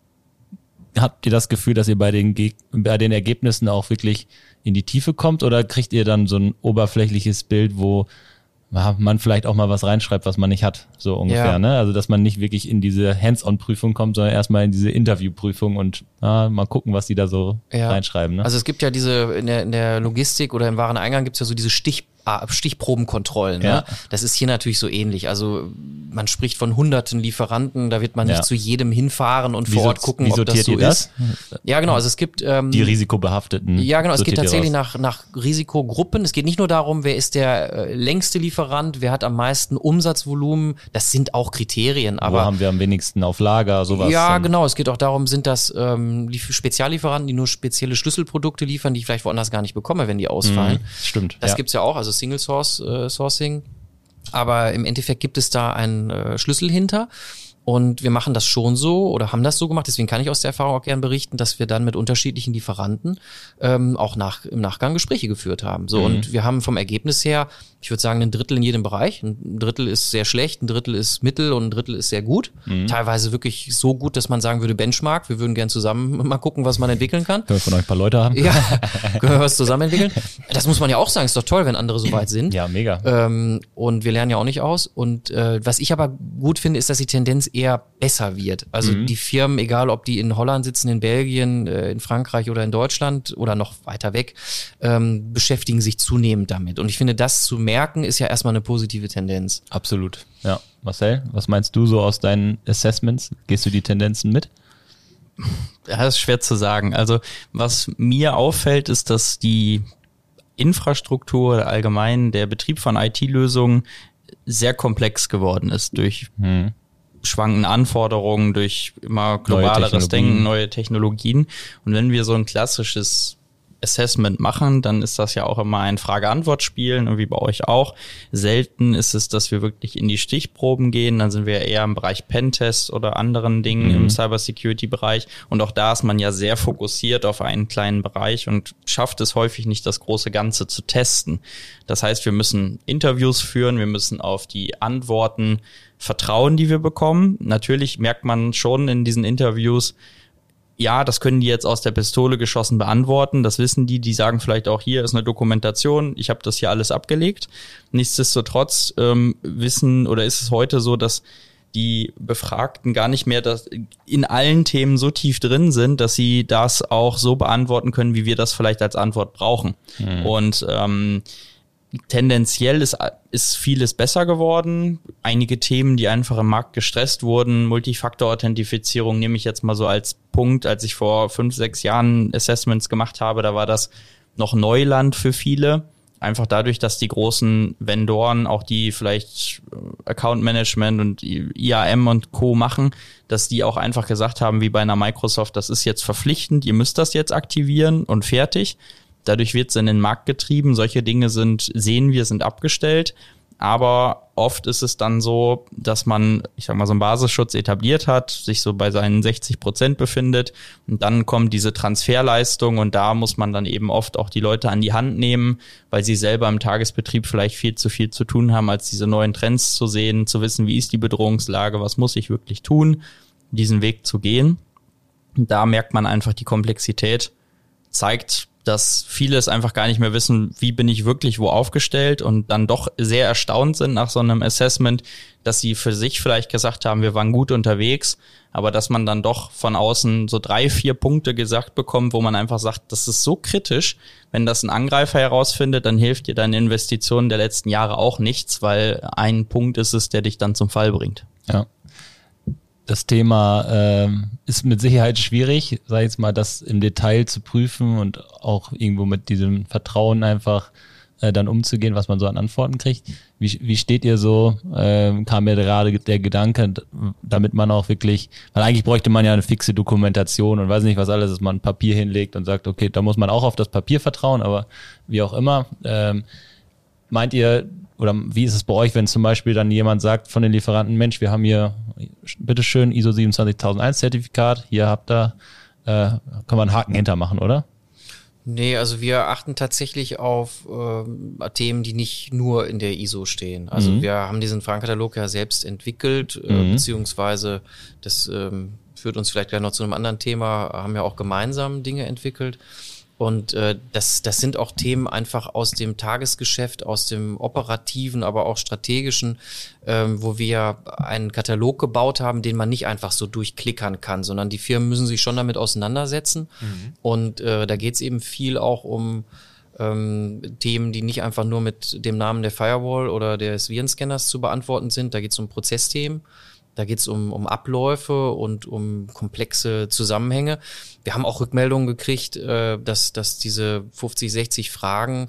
habt ihr das Gefühl, dass ihr bei den, Ge- bei den Ergebnissen auch wirklich in die Tiefe kommt? Oder kriegt ihr dann so ein oberflächliches Bild, wo man vielleicht auch mal was reinschreibt, was man nicht hat, so ungefähr, ja. ne? Also, dass man nicht wirklich in diese Hands-on-Prüfung kommt, sondern erstmal in diese Interview-Prüfung und ah, mal gucken, was die da so ja. reinschreiben, ne? Also, es gibt ja diese, in der, in der Logistik oder im Wareneingang gibt's ja so diese Stich Stichprobenkontrollen. Ne? Ja. Das ist hier natürlich so ähnlich. Also man spricht von hunderten Lieferanten, da wird man ja. nicht zu jedem hinfahren und wie vor Ort gucken, ob das so das? ist. Ja, genau. Also es gibt ähm, die risikobehafteten. Ja, genau. Es geht tatsächlich nach nach Risikogruppen. Es geht nicht nur darum, wer ist der äh, längste Lieferant, wer hat am meisten Umsatzvolumen. Das sind auch Kriterien. Aber wo haben wir am wenigsten auf Lager, sowas? Ja, genau. Es geht auch darum, sind das ähm, die Speziallieferanten, die nur spezielle Schlüsselprodukte liefern, die ich vielleicht woanders gar nicht bekomme, wenn die ausfallen. Mhm, stimmt. Das ja. gibt's ja auch. Also Single Source äh, Sourcing, aber im Endeffekt gibt es da einen äh, Schlüssel hinter Und wir machen das schon so oder haben das so gemacht, deswegen kann ich aus der Erfahrung auch gern berichten, dass wir dann mit unterschiedlichen Lieferanten ähm, auch nach, im Nachgang Gespräche geführt haben. So, mhm. Und wir haben vom Ergebnis her, ich würde sagen, ein Drittel in jedem Bereich. Ein Drittel ist sehr schlecht, ein Drittel ist mittel und ein Drittel ist sehr gut. Mhm. Teilweise wirklich so gut, dass man sagen würde, Benchmark, wir würden gern zusammen mal gucken, was man entwickeln kann. Können wir von euch ein paar Leute haben? Ja, können wir was zusammen entwickeln. Das muss man ja auch sagen, ist doch toll, wenn andere so weit sind. Ja, mega. Ähm, und wir lernen ja auch nicht aus. Und äh, was ich aber gut finde, ist, dass die Tendenz eher besser wird. Also mhm. die Firmen, egal ob die in Holland sitzen, in Belgien, äh, in Frankreich oder in Deutschland oder noch weiter weg, ähm, beschäftigen sich zunehmend damit. Und ich finde, das zu merken, ist ja erstmal eine positive Tendenz. Absolut. Ja. Marcel, was meinst du so aus deinen Assessments? Gehst du die Tendenzen mit? Ja, das ist schwer zu sagen. Also was mir auffällt, ist, dass die Infrastruktur oder allgemein der Betrieb von I T-Lösungen sehr komplex geworden ist durch hm. schwankende Anforderungen, durch immer globaleres Denken, neue Technologien. Und wenn wir so ein klassisches Assessment machen, dann ist das ja auch immer ein Frage-Antwort-Spiel, und wie bei euch auch. Selten ist es, dass wir wirklich in die Stichproben gehen, dann sind wir eher im Bereich Pentest oder anderen Dingen mhm. im Cybersecurity-Bereich, und auch da ist man ja sehr fokussiert auf einen kleinen Bereich und schafft es häufig nicht, das große Ganze zu testen. Das heißt, wir müssen Interviews führen, wir müssen auf die Antworten vertrauen, die wir bekommen. Natürlich merkt man schon in diesen Interviews, ja, das können die jetzt aus der Pistole geschossen beantworten. Das wissen die, die sagen vielleicht auch, hier ist eine Dokumentation, ich habe das hier alles abgelegt. Nichtsdestotrotz ähm, wissen oder ist es heute so, dass die Befragten gar nicht mehr das in allen Themen so tief drin sind, dass sie das auch so beantworten können, wie wir das vielleicht als Antwort brauchen. Mhm. Und ähm, tendenziell ist, ist vieles besser geworden. Einige Themen, die einfach im Markt gestresst wurden, Multifaktor-Authentifizierung nehme ich jetzt mal so als Punkt. Als ich vor fünf, sechs Jahren Assessments gemacht habe, da war das noch Neuland für viele. Einfach dadurch, dass die großen Vendoren, auch die vielleicht Account Management und I A M und Co. machen, dass die auch einfach gesagt haben, wie bei einer Microsoft, das ist jetzt verpflichtend, ihr müsst das jetzt aktivieren und fertig. Dadurch wird es in den Markt getrieben. Solche Dinge sind, sehen wir, sind abgestellt. Aber oft ist es dann so, dass man, ich sag mal, so einen Basisschutz etabliert hat, sich so bei seinen sechzig Prozent befindet. Und dann kommt diese Transferleistung, und da muss man dann eben oft auch die Leute an die Hand nehmen, weil sie selber im Tagesbetrieb vielleicht viel zu viel zu tun haben, als diese neuen Trends zu sehen, zu wissen, wie ist die Bedrohungslage, was muss ich wirklich tun, diesen Weg zu gehen. Und da merkt man einfach, die Komplexität zeigt, dass viele es einfach gar nicht mehr wissen, wie bin ich wirklich wo aufgestellt, und dann doch sehr erstaunt sind nach so einem Assessment, dass sie für sich vielleicht gesagt haben, wir waren gut unterwegs, aber dass man dann doch von außen so drei, vier Punkte gesagt bekommt, wo man einfach sagt, das ist so kritisch, wenn das ein Angreifer herausfindet, dann hilft dir deine Investition der letzten Jahre auch nichts, weil ein Punkt ist es, der dich dann zum Fall bringt. Ja. Das Thema ähm, ist mit Sicherheit schwierig, sag ich jetzt mal, das im Detail zu prüfen und auch irgendwo mit diesem Vertrauen einfach äh, dann umzugehen, was man so an Antworten kriegt. Wie, wie steht ihr so? Ähm, kam mir gerade der Gedanke, damit man auch wirklich, weil eigentlich bräuchte man ja eine fixe Dokumentation und weiß nicht, was alles ist, man ein Papier hinlegt und sagt, okay, da muss man auch auf das Papier vertrauen, aber wie auch immer. Ähm, meint ihr, oder wie ist es bei euch, wenn zum Beispiel dann jemand sagt von den Lieferanten, Mensch, wir haben hier, bitteschön, I S O siebenundzwanzigtausendeins Zertifikat, hier habt ihr, äh, kann man einen Haken hintermachen, oder? Nee, also wir achten tatsächlich auf äh, Themen, die nicht nur in der I S O stehen. Also mhm. wir haben diesen Fragenkatalog ja selbst entwickelt, äh, mhm. beziehungsweise das ähm, führt uns vielleicht gleich noch zu einem anderen Thema, haben ja auch gemeinsam Dinge entwickelt. Und äh, das, das sind auch Themen einfach aus dem Tagesgeschäft, aus dem operativen, aber auch strategischen, ähm, wo wir einen Katalog gebaut haben, den man nicht einfach so durchklickern kann, sondern die Firmen müssen sich schon damit auseinandersetzen. Mhm. Und äh, da geht es eben viel auch um ähm, Themen, die nicht einfach nur mit dem Namen der Firewall oder des Virenscanners zu beantworten sind. Da geht es um Prozessthemen. Da geht es um, um Abläufe und um komplexe Zusammenhänge. Wir haben auch Rückmeldungen gekriegt, äh, dass, dass diese fünfzig, sechzig Fragen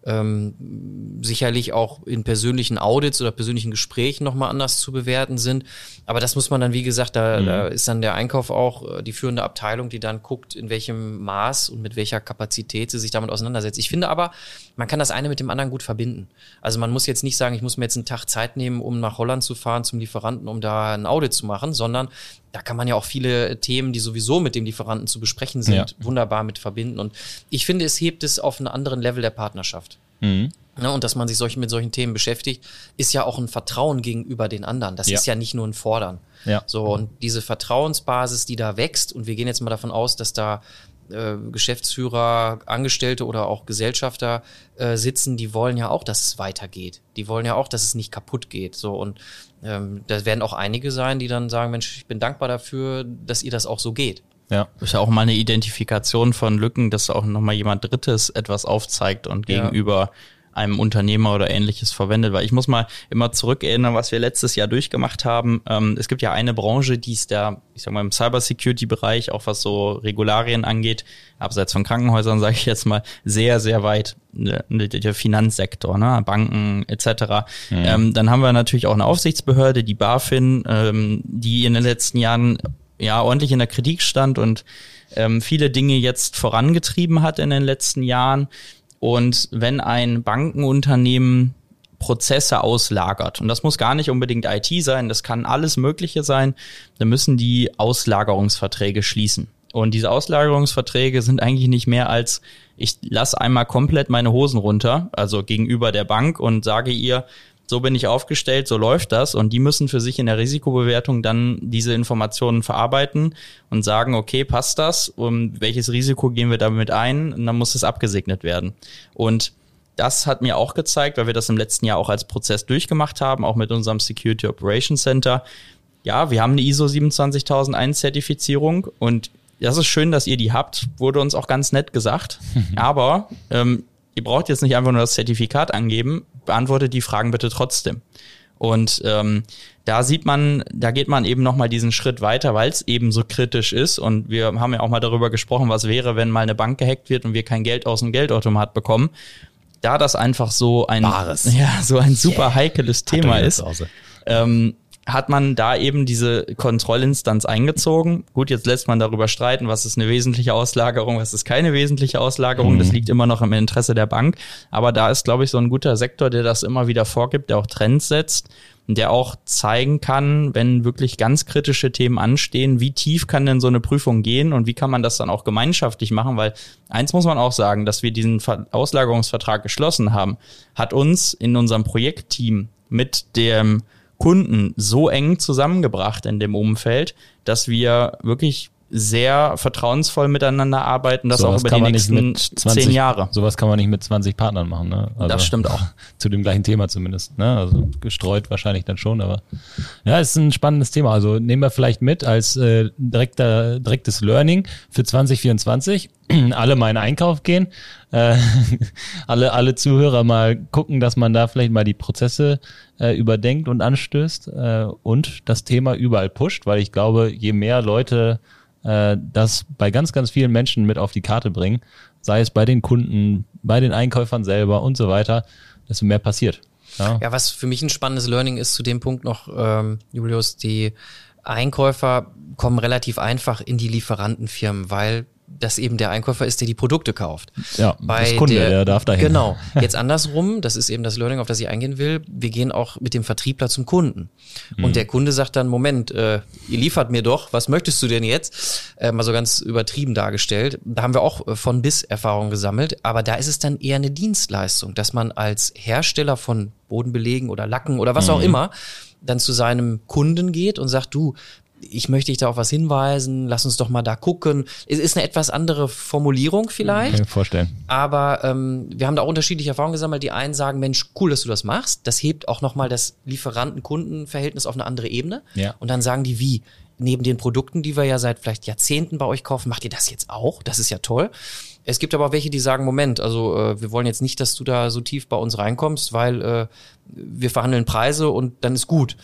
ähm, sicherlich auch in persönlichen Audits oder persönlichen Gesprächen nochmal anders zu bewerten sind. Aber das muss man dann, wie gesagt, da, mhm. da ist dann der Einkauf auch die führende Abteilung, die dann guckt, in welchem Maß und mit welcher Kapazität sie sich damit auseinandersetzt. Ich finde aber, man kann das eine mit dem anderen gut verbinden. Also man muss jetzt nicht sagen, ich muss mir jetzt einen Tag Zeit nehmen, um nach Holland zu fahren zum Lieferanten, um da ein Audit zu machen, sondern da kann man ja auch viele Themen, die sowieso mit dem Lieferanten zu besprechen sind, ja. wunderbar mit verbinden. Und ich finde, es hebt es auf einen anderen Level der Partnerschaft. Mhm. Ja, und dass man sich solch, mit solchen Themen beschäftigt, ist ja auch ein Vertrauen gegenüber den anderen. Das ja. ist ja nicht nur ein Fordern. Ja. So, und diese Vertrauensbasis, die da wächst, und wir gehen jetzt mal davon aus, dass da äh, Geschäftsführer, Angestellte oder auch Gesellschafter äh, sitzen, die wollen ja auch, dass es weitergeht. Die wollen ja auch, dass es nicht kaputt geht. So, und ähm, da werden auch einige sein, die dann sagen, Mensch, ich bin dankbar dafür, dass ihr das auch so geht. Ja, ist ja auch mal eine Identifikation von Lücken, dass auch nochmal jemand Drittes etwas aufzeigt und ja. gegenüber einem Unternehmer oder Ähnliches verwendet. Weil ich muss mal immer zurückerinnern, was wir letztes Jahr durchgemacht haben. Ähm, es gibt ja eine Branche, die ist da, ich sag mal, im Cybersecurity-Bereich, auch was so Regularien angeht, abseits von Krankenhäusern, sage ich jetzt mal, sehr, sehr weit. Ne, der Finanzsektor, ne, Banken et cetera. Mhm. Ähm, dann haben wir natürlich auch eine Aufsichtsbehörde, die BaFin, ähm, die in den letzten Jahren ja ordentlich in der Kritik stand und ähm, viele Dinge jetzt vorangetrieben hat in den letzten Jahren. Und wenn ein Bankenunternehmen Prozesse auslagert, und das muss gar nicht unbedingt I T sein, das kann alles Mögliche sein, dann müssen die Auslagerungsverträge schließen. Und diese Auslagerungsverträge sind eigentlich nicht mehr als, ich lasse einmal komplett meine Hosen runter, also gegenüber der Bank, und sage ihr, so bin ich aufgestellt, so läuft das, und die müssen für sich in der Risikobewertung dann diese Informationen verarbeiten und sagen, okay, passt das, um welches Risiko gehen wir damit ein, und dann muss es abgesegnet werden. Und das hat mir auch gezeigt, weil wir das im letzten Jahr auch als Prozess durchgemacht haben, auch mit unserem Security Operations Center. Ja, wir haben eine I S O siebenundzwanzigtausendeins Zertifizierung, und das ist schön, dass ihr die habt, wurde uns auch ganz nett gesagt, aber ähm, ihr braucht jetzt nicht einfach nur das Zertifikat angeben, beantwortet die Fragen bitte trotzdem. Und ähm, da sieht man, da geht man eben nochmal diesen Schritt weiter, weil es eben so kritisch ist. Und wir haben ja auch mal darüber gesprochen, was wäre, wenn mal eine Bank gehackt wird und wir kein Geld aus dem Geldautomat bekommen. Da das einfach so ein, Bares. ja, so ein super yeah. heikles Thema ist, ähm, hat man da eben diese Kontrollinstanz eingezogen. Gut, jetzt lässt man darüber streiten, was ist eine wesentliche Auslagerung, was ist keine wesentliche Auslagerung. Mhm. Das liegt immer noch im Interesse der Bank. Aber da ist, glaube ich, so ein guter Sektor, der das immer wieder vorgibt, der auch Trends setzt und der auch zeigen kann, wenn wirklich ganz kritische Themen anstehen, wie tief kann denn so eine Prüfung gehen und wie kann man das dann auch gemeinschaftlich machen. Weil eins muss man auch sagen, dass wir diesen Auslagerungsvertrag geschlossen haben, hat uns in unserem Projektteam mit dem Kunden so eng zusammengebracht in dem Umfeld, dass wir wirklich sehr vertrauensvoll miteinander arbeiten, das so auch über die nächsten zwanzig, zehn Jahre. Sowas kann man nicht mit zwanzig Partnern machen, ne? Also das stimmt auch. Zu dem gleichen Thema zumindest, ne? Also gestreut wahrscheinlich dann schon, aber ja, ist ein spannendes Thema. Also nehmen wir vielleicht mit als äh, direkter, direktes Learning für zwanzig vierundzwanzig. Alle mal in Einkauf gehen, äh, alle, alle Zuhörer mal gucken, dass man da vielleicht mal die Prozesse äh, überdenkt und anstößt äh, und das Thema überall pusht, weil ich glaube, je mehr Leute äh, das bei ganz, ganz vielen Menschen mit auf die Karte bringen, sei es bei den Kunden, bei den Einkäufern selber und so weiter, desto mehr passiert. Ja, ja, was für mich ein spannendes Learning ist zu dem Punkt noch, ähm, Julius, die Einkäufer kommen relativ einfach in die Lieferantenfirmen, weil das eben der Einkäufer ist, der die Produkte kauft. Ja, Bei das Kunde, der, der darf dahin. Genau. Jetzt andersrum, das ist eben das Learning, auf das ich eingehen will, wir gehen auch mit dem Vertriebler zum Kunden. Mhm. Und der Kunde sagt dann, Moment, äh, ihr liefert mir doch, was möchtest du denn jetzt? Äh, mal so ganz übertrieben dargestellt. Da haben wir auch von bis Erfahrung gesammelt, aber da ist es dann eher eine Dienstleistung, dass man als Hersteller von Bodenbelegen oder Lacken oder was mhm. auch immer dann zu seinem Kunden geht und sagt, du, ich möchte dich da auf was hinweisen, lass uns doch mal da gucken. Es ist eine etwas andere Formulierung vielleicht. Kann ich mir vorstellen. Aber ähm, wir haben da auch unterschiedliche Erfahrungen gesammelt. Die einen sagen, Mensch, cool, dass du das machst. Das hebt auch nochmal das Lieferanten-Kunden-Verhältnis auf eine andere Ebene. Ja. Und dann sagen die, wie? Neben den Produkten, die wir ja seit vielleicht Jahrzehnten bei euch kaufen, macht ihr das jetzt auch? Das ist ja toll. Es gibt aber auch welche, die sagen, Moment, also äh, wir wollen jetzt nicht, dass du da so tief bei uns reinkommst, weil äh, wir verhandeln Preise und dann ist gut.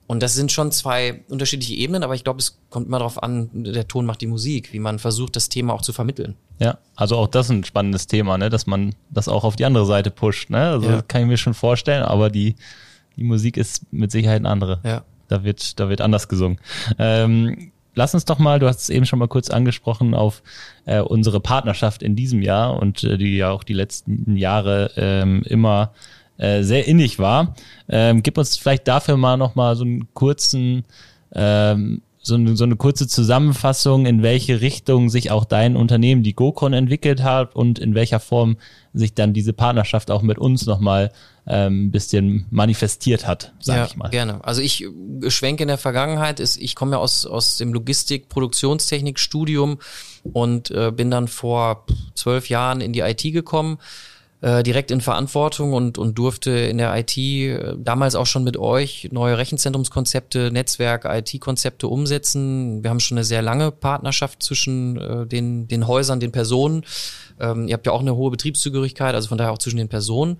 Und das sind schon zwei unterschiedliche Ebenen, aber ich glaube, es kommt immer darauf an, der Ton macht die Musik, wie man versucht, das Thema auch zu vermitteln. Ja, also auch das ist ein spannendes Thema, ne, dass man das auch auf die andere Seite pusht, ne? Also ja. das kann ich mir schon vorstellen, aber die, die Musik ist mit Sicherheit eine andere. Ja. Da wird, da wird anders gesungen. Ähm, lass uns doch mal, du hast es eben schon mal kurz angesprochen, auf äh, unsere Partnerschaft in diesem Jahr und äh, die ja auch die letzten Jahre ähm, immer äh, sehr innig war. Ähm, gib uns vielleicht dafür mal noch mal so einen kurzen, ähm, so, eine, so eine kurze Zusammenfassung, in welche Richtung sich auch dein Unternehmen, die GoCon, entwickelt hat und in welcher Form sich dann diese Partnerschaft auch mit uns noch mal ein ähm, bisschen manifestiert hat, sag ja, ich mal. Gerne. Also ich schwenke in der Vergangenheit, ist, ich komme ja aus, aus dem Logistik-Produktionstechnik-Studium und äh, bin dann vor zwölf Jahren in die I T gekommen, äh, direkt in Verantwortung und, und durfte in der I T äh, damals auch schon mit euch neue Rechenzentrumskonzepte, Netzwerk, I T-Konzepte umsetzen. Wir haben schon eine sehr lange Partnerschaft zwischen äh, den, den Häusern, den Personen. Ähm, ihr habt ja auch eine hohe Betriebszugehörigkeit, also von daher auch zwischen den Personen.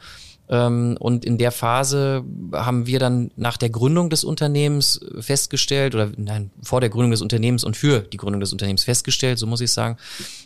Und in der Phase haben wir dann nach der Gründung des Unternehmens festgestellt, oder nein, vor der Gründung des Unternehmens und für die Gründung des Unternehmens festgestellt, so muss ich sagen,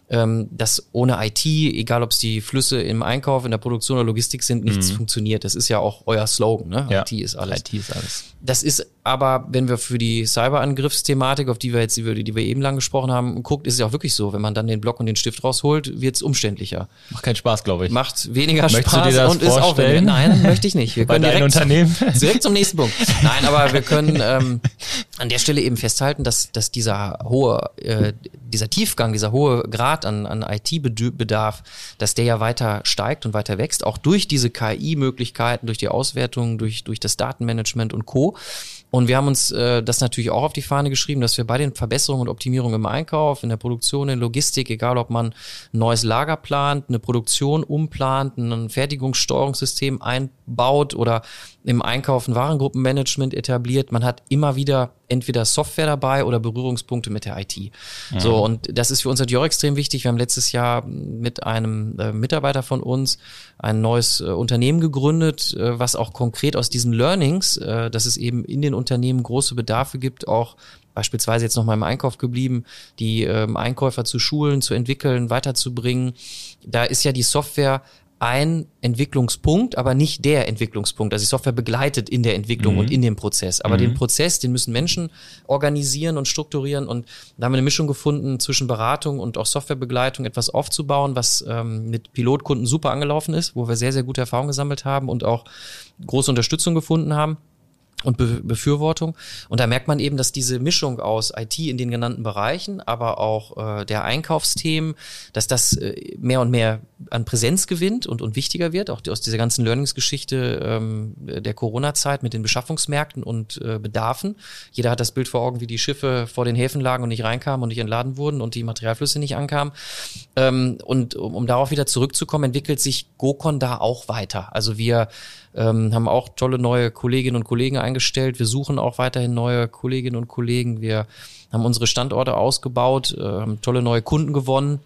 dass ohne I T, egal ob es die Flüsse im Einkauf, in der Produktion oder Logistik sind, nichts mhm. funktioniert. Das ist ja auch euer Slogan, ne? Ja. I T ist alles. I T ist alles. Das ist aber, wenn wir für die Cyberangriffsthematik, auf die wir jetzt, die wir, die wir eben lang gesprochen haben, guckt, ist es ja auch wirklich so. Wenn man dann den Block und den Stift rausholt, wird es umständlicher. Macht keinen Spaß, glaube ich. Macht weniger Möchtest Spaß du dir das und ist aufwendiger. Nein, möchte ich nicht. Wir Bei können deinem direkt, Unternehmen? direkt zum nächsten Punkt. Nein, aber wir können ähm, an der Stelle eben festhalten, dass, dass dieser hohe, äh, dieser Tiefgang, dieser hohe Grad an, an I T-Bedarf, dass der ja weiter steigt und weiter wächst, auch durch diese K I-Möglichkeiten, durch die Auswertung, durch, durch das Datenmanagement und Co. Und wir haben uns äh, das natürlich auch auf die Fahne geschrieben, dass wir bei den Verbesserungen und Optimierungen im Einkauf, in der Produktion, in der Logistik, egal ob man ein neues Lager plant, eine Produktion umplant, ein Fertigungssteuerungssystem einbaut oder im Einkauf ein Warengruppenmanagement etabliert, man hat immer wieder entweder Software dabei oder Berührungspunkte mit der I T. Mhm. So, und das ist für uns natürlich auch extrem wichtig. Wir haben letztes Jahr mit einem äh, Mitarbeiter von uns ein neues äh, Unternehmen gegründet, äh, was auch konkret aus diesen Learnings, äh, dass es eben in den Unternehmen große Bedarfe gibt, auch beispielsweise jetzt noch mal im Einkauf geblieben, die ähm, Einkäufer zu schulen, zu entwickeln, weiterzubringen. Da ist ja die Software ein Entwicklungspunkt, aber nicht der Entwicklungspunkt. Also die Software begleitet in der Entwicklung mhm. und in dem Prozess. Aber mhm. den Prozess, den müssen Menschen organisieren und strukturieren. Und da haben wir eine Mischung gefunden zwischen Beratung und auch Softwarebegleitung, etwas aufzubauen, was ähm, mit Pilotkunden super angelaufen ist, wo wir sehr, sehr gute Erfahrungen gesammelt haben und auch große Unterstützung gefunden haben und Be- Befürwortung. Und da merkt man eben, dass diese Mischung aus I T in den genannten Bereichen, aber auch äh, der Einkaufsthemen, dass das äh, mehr und mehr an Präsenz gewinnt und, und wichtiger wird, auch die, aus dieser ganzen Learningsgeschichte ähm, der Corona-Zeit mit den Beschaffungsmärkten und äh, Bedarfen. Jeder hat das Bild vor Augen, wie die Schiffe vor den Häfen lagen und nicht reinkamen und nicht entladen wurden und die Materialflüsse nicht ankamen. Ähm, und um, um darauf wieder zurückzukommen, entwickelt sich GoCon da auch weiter. Also wir Ähm, haben auch tolle neue Kolleginnen und Kollegen eingestellt. Wir suchen auch weiterhin neue Kolleginnen und Kollegen. Wir haben unsere Standorte ausgebaut, äh, haben tolle neue Kunden gewonnen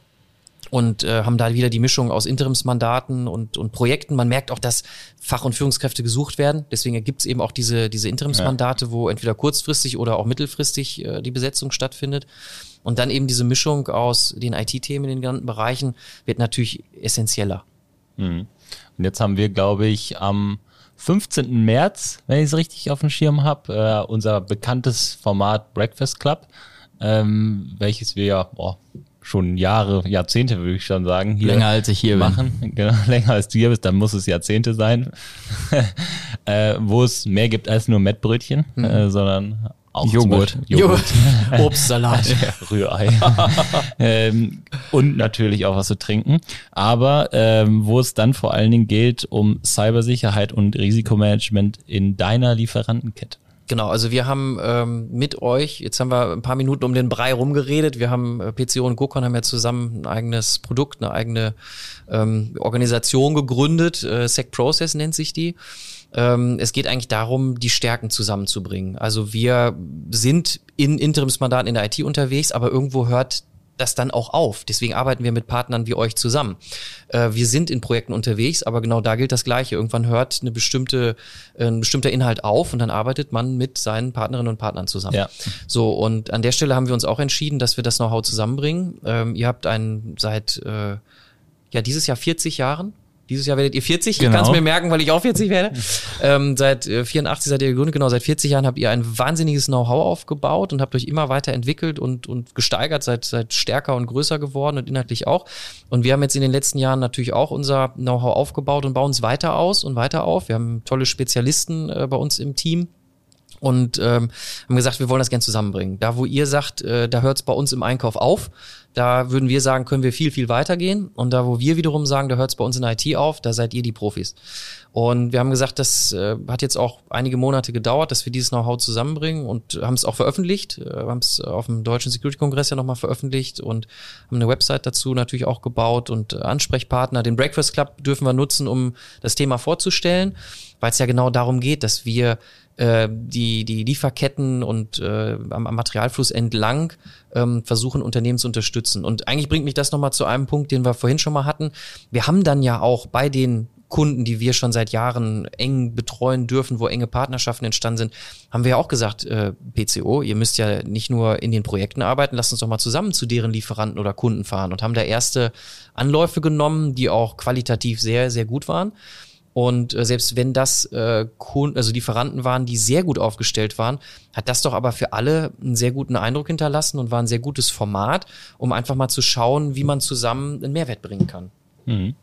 und äh, haben da wieder die Mischung aus Interimsmandaten und, und Projekten. Man merkt auch, dass Fach- und Führungskräfte gesucht werden. Deswegen gibt es eben auch diese, diese Interimsmandate, ja. wo entweder kurzfristig oder auch mittelfristig äh, die Besetzung stattfindet. Und dann eben diese Mischung aus den I T-Themen in den genannten Bereichen wird natürlich essentieller. Mhm. Und jetzt haben wir, glaube ich, am fünfzehnten März, wenn ich es richtig auf dem Schirm habe, äh, unser bekanntes Format Breakfast Club, ähm, welches wir ja boah, schon Jahre, Jahrzehnte würde ich schon sagen, hier länger als ich hier machen. bin. Genau, länger als du hier bist, dann muss es Jahrzehnte sein, äh, wo es mehr gibt als nur Mettbrötchen, mhm. äh, sondern auch Joghurt. Joghurt. Obstsalat. Rührei. ähm, und natürlich auch was zu trinken. Aber ähm, wo es dann vor allen Dingen geht um Cybersicherheit und Risikomanagement in deiner Lieferantenkette. Genau, also wir haben ähm, mit euch, jetzt haben wir ein paar Minuten um den Brei rumgeredet, wir haben, äh, P C O und GoCon haben ja zusammen ein eigenes Produkt, eine eigene ähm, Organisation gegründet, äh, SecProcess nennt sich die. Ähm, es geht eigentlich darum, die Stärken zusammenzubringen. Also wir sind in Interimsmandaten in der I T unterwegs, aber irgendwo hört das dann auch auf. Deswegen arbeiten wir mit Partnern wie euch zusammen. Äh, wir sind in Projekten unterwegs, aber genau da gilt das Gleiche. Irgendwann hört eine bestimmte, äh, ein bestimmter Inhalt auf und dann arbeitet man mit seinen Partnerinnen und Partnern zusammen. Ja. So, und an der Stelle haben wir uns auch entschieden, dass wir das Know-how zusammenbringen. Ähm, ihr habt einen seit, äh, ja, dieses Jahr vierzig Jahren. Dieses Jahr werdet ihr vierzig, genau. Ich kann es mir merken, weil ich auch vierzig werde. ähm, seit äh, vierundachtzig seid ihr gegründet, genau, seit vierzig Jahren habt ihr ein wahnsinniges Know-how aufgebaut und habt euch immer weiter entwickelt und, und gesteigert, seid, seid stärker und größer geworden und inhaltlich auch. Und wir haben jetzt in den letzten Jahren natürlich auch unser Know-how aufgebaut und bauen es weiter aus und weiter auf. Wir haben tolle Spezialisten äh, bei uns im Team. Und ähm, haben gesagt, wir wollen das gerne zusammenbringen. Da, wo ihr sagt, äh, da hört es bei uns im Einkauf auf, da würden wir sagen, können wir viel, viel weitergehen. Und da, wo wir wiederum sagen, da hört es bei uns in I T auf, da seid ihr die Profis. Und wir haben gesagt, das äh, hat jetzt auch einige Monate gedauert, dass wir dieses Know-how zusammenbringen und haben es auch veröffentlicht. Äh, haben es auf dem Deutschen Security-Kongress ja nochmal veröffentlicht und haben eine Website dazu natürlich auch gebaut und äh, Ansprechpartner. Den Breakfast Club dürfen wir nutzen, um das Thema vorzustellen, weil es ja genau darum geht, dass wir die die Lieferketten und äh, am, am Materialfluss entlang ähm, versuchen, Unternehmen zu unterstützen. Und eigentlich bringt mich das nochmal zu einem Punkt, den wir vorhin schon mal hatten. Wir haben dann ja auch bei den Kunden, die wir schon seit Jahren eng betreuen dürfen, wo enge Partnerschaften entstanden sind, haben wir ja auch gesagt, äh, P C O, ihr müsst ja nicht nur in den Projekten arbeiten, lasst uns doch mal zusammen zu deren Lieferanten oder Kunden fahren und haben da erste Anläufe genommen, die auch qualitativ sehr, sehr gut waren. Und äh, selbst wenn das äh, Kunden, also Lieferanten waren, die sehr gut aufgestellt waren, hat das doch aber für alle einen sehr guten Eindruck hinterlassen und war ein sehr gutes Format, um einfach mal zu schauen, wie man zusammen einen Mehrwert bringen kann. Mhm.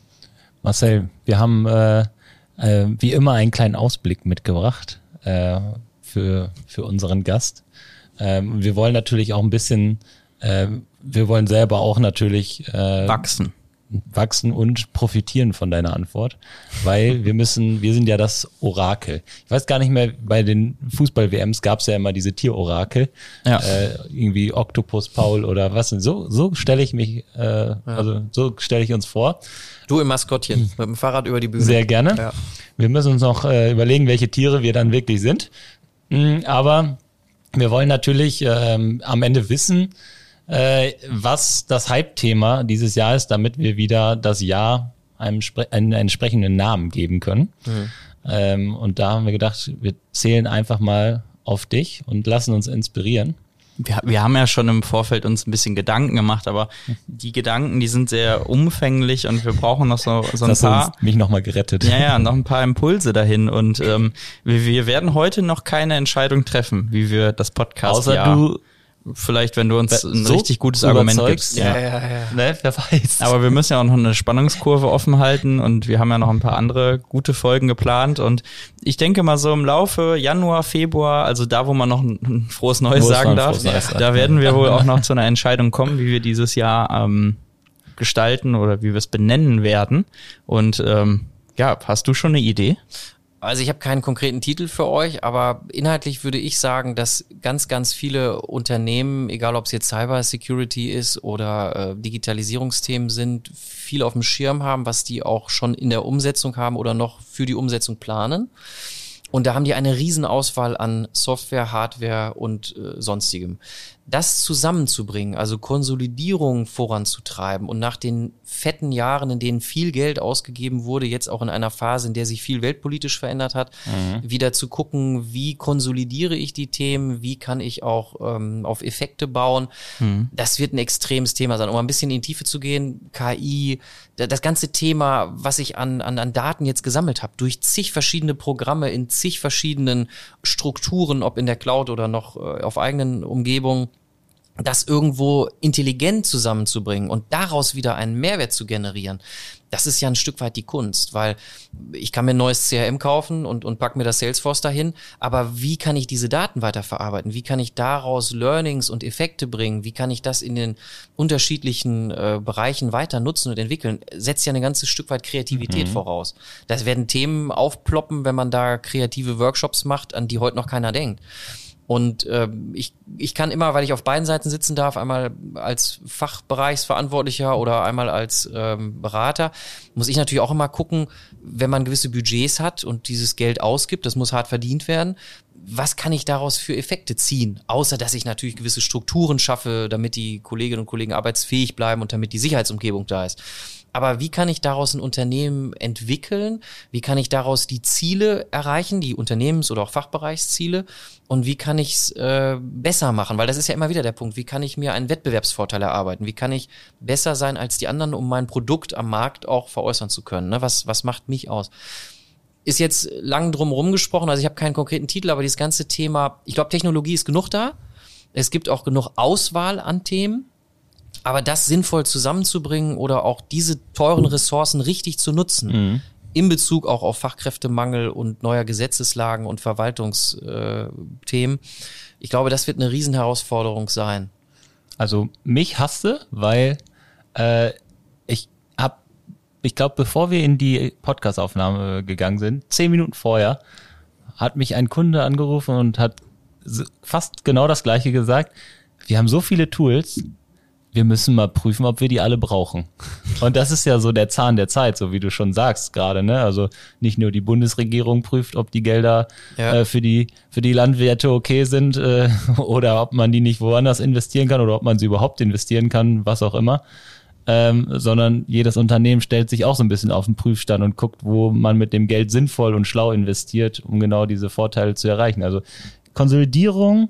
Marcel, wir haben äh, äh, wie immer einen kleinen Ausblick mitgebracht äh, für, für unseren Gast. Ähm, wir wollen natürlich auch ein bisschen, äh, wir wollen selber auch natürlich äh, wachsen. wachsen und profitieren von deiner Antwort, weil wir müssen, wir sind ja das Orakel. Ich weiß gar nicht mehr, bei den Fußball-W Ms gab es ja immer diese Tierorakel, ja. äh, irgendwie Oktopus Paul oder was. So, so stelle ich mich, äh, ja. also so stelle ich uns vor. Du im Maskottchen, mit dem Fahrrad über die Bühne. Sehr gerne. Ja. Wir müssen uns noch äh, überlegen, welche Tiere wir dann wirklich sind. Mhm, aber wir wollen natürlich ähm, am Ende wissen, Äh, was das Hype-Thema dieses Jahr ist, damit wir wieder das Jahr einem Spre- einen, einen entsprechenden Namen geben können. Mhm. Ähm, und da haben wir gedacht, wir zählen einfach mal auf dich und lassen uns inspirieren. Wir, wir haben ja schon im Vorfeld uns ein bisschen Gedanken gemacht, aber die Gedanken, die sind sehr umfänglich und wir brauchen noch so, so ein das paar... hast du mich nochmal gerettet. Ja, ja, noch ein paar Impulse dahin und ähm, wir, wir werden heute noch keine Entscheidung treffen, wie wir das Podcast... Außer ja, du... Vielleicht, wenn du uns ein so richtig gutes Argument gibst. Ja, ja, ja. Ne, wer weiß. Aber wir müssen ja auch noch eine Spannungskurve offen halten und wir haben ja noch ein paar andere gute Folgen geplant und ich denke mal so im Laufe Januar, Februar, also da, wo man noch ein, ein frohes Neues sagen darf, Neues da werden wir wohl auch noch zu einer Entscheidung kommen, wie wir dieses Jahr ähm, gestalten oder wie wir es benennen werden. Und ähm, ja, hast du schon eine Idee? Also ich habe keinen konkreten Titel für euch, aber inhaltlich würde ich sagen, dass ganz, ganz viele Unternehmen, egal ob es jetzt Cyber Security ist oder äh, Digitalisierungsthemen sind, viel auf dem Schirm haben, was die auch schon in der Umsetzung haben oder noch für die Umsetzung planen. Und da haben die eine Riesenauswahl an Software, Hardware und äh, sonstigem. Das zusammenzubringen, also Konsolidierung voranzutreiben und nach den fetten Jahren, in denen viel Geld ausgegeben wurde, jetzt auch in einer Phase, in der sich viel weltpolitisch verändert hat, mhm. wieder zu gucken, wie konsolidiere ich die Themen, wie kann ich auch ähm, auf Effekte bauen. Mhm. Das wird ein extremes Thema sein. Um ein bisschen in die Tiefe zu gehen, K I, das ganze Thema, was ich an, an, an Daten jetzt gesammelt habe, durch zig verschiedene Programme, in zig verschiedenen Strukturen, ob in der Cloud oder noch äh, auf eigenen Umgebungen, das irgendwo intelligent zusammenzubringen und daraus wieder einen Mehrwert zu generieren, das ist ja ein Stück weit die Kunst, weil ich kann mir ein neues C R M kaufen und, und pack mir das Salesforce dahin, aber wie kann ich diese Daten weiterverarbeiten? Wie kann ich daraus Learnings und Effekte bringen? Wie kann ich das in den unterschiedlichen äh, Bereichen weiter nutzen und entwickeln? Setzt ja ein ganzes Stück weit Kreativität mhm. voraus. Das werden Themen aufploppen, wenn man da kreative Workshops macht, an die heute noch keiner denkt. Und äh, ich, ich kann immer, weil ich auf beiden Seiten sitzen darf, einmal als Fachbereichsverantwortlicher oder einmal als ähm, Berater, muss ich natürlich auch immer gucken, wenn man gewisse Budgets hat und dieses Geld ausgibt, das muss hart verdient werden, was kann ich daraus für Effekte ziehen? Außer, dass ich natürlich gewisse Strukturen schaffe, damit die Kolleginnen und Kollegen arbeitsfähig bleiben und damit die Sicherheitsumgebung da ist. Aber wie kann ich daraus ein Unternehmen entwickeln? Wie kann ich daraus die Ziele erreichen, die Unternehmens- oder auch Fachbereichsziele? Und wie kann ich es äh, besser machen? Weil das ist ja immer wieder der Punkt. Wie kann ich mir einen Wettbewerbsvorteil erarbeiten? Wie kann ich besser sein als die anderen, um mein Produkt am Markt auch veräußern zu können? Ne? Was, was macht mich aus? Ist jetzt lang drum rumgesprochen, also ich habe keinen konkreten Titel, aber dieses ganze Thema, ich glaube, Technologie ist genug da. Es gibt auch genug Auswahl an Themen. Aber das sinnvoll zusammenzubringen oder auch diese teuren Ressourcen richtig zu nutzen, mhm. in Bezug auch auf Fachkräftemangel und neuer Gesetzeslagen und Verwaltungsthemen, ich glaube, das wird eine Riesenherausforderung sein. Also mich hasste, weil äh, ich hab, ich glaube, bevor wir in die Podcast-Aufnahme gegangen sind, zehn Minuten vorher, hat mich ein Kunde angerufen und hat fast genau das Gleiche gesagt. Wir haben so viele Tools, wir müssen mal prüfen, ob wir die alle brauchen. Und das ist ja so der Zahn der Zeit, so wie du schon sagst gerade, ne? Also nicht nur die Bundesregierung prüft, ob die Gelder ja. äh, für die für die Landwirte okay sind äh, oder ob man die nicht woanders investieren kann oder ob man sie überhaupt investieren kann, was auch immer. Ähm, sondern jedes Unternehmen stellt sich auch so ein bisschen auf den Prüfstand und guckt, wo man mit dem Geld sinnvoll und schlau investiert, um genau diese Vorteile zu erreichen. Also Konsolidierung,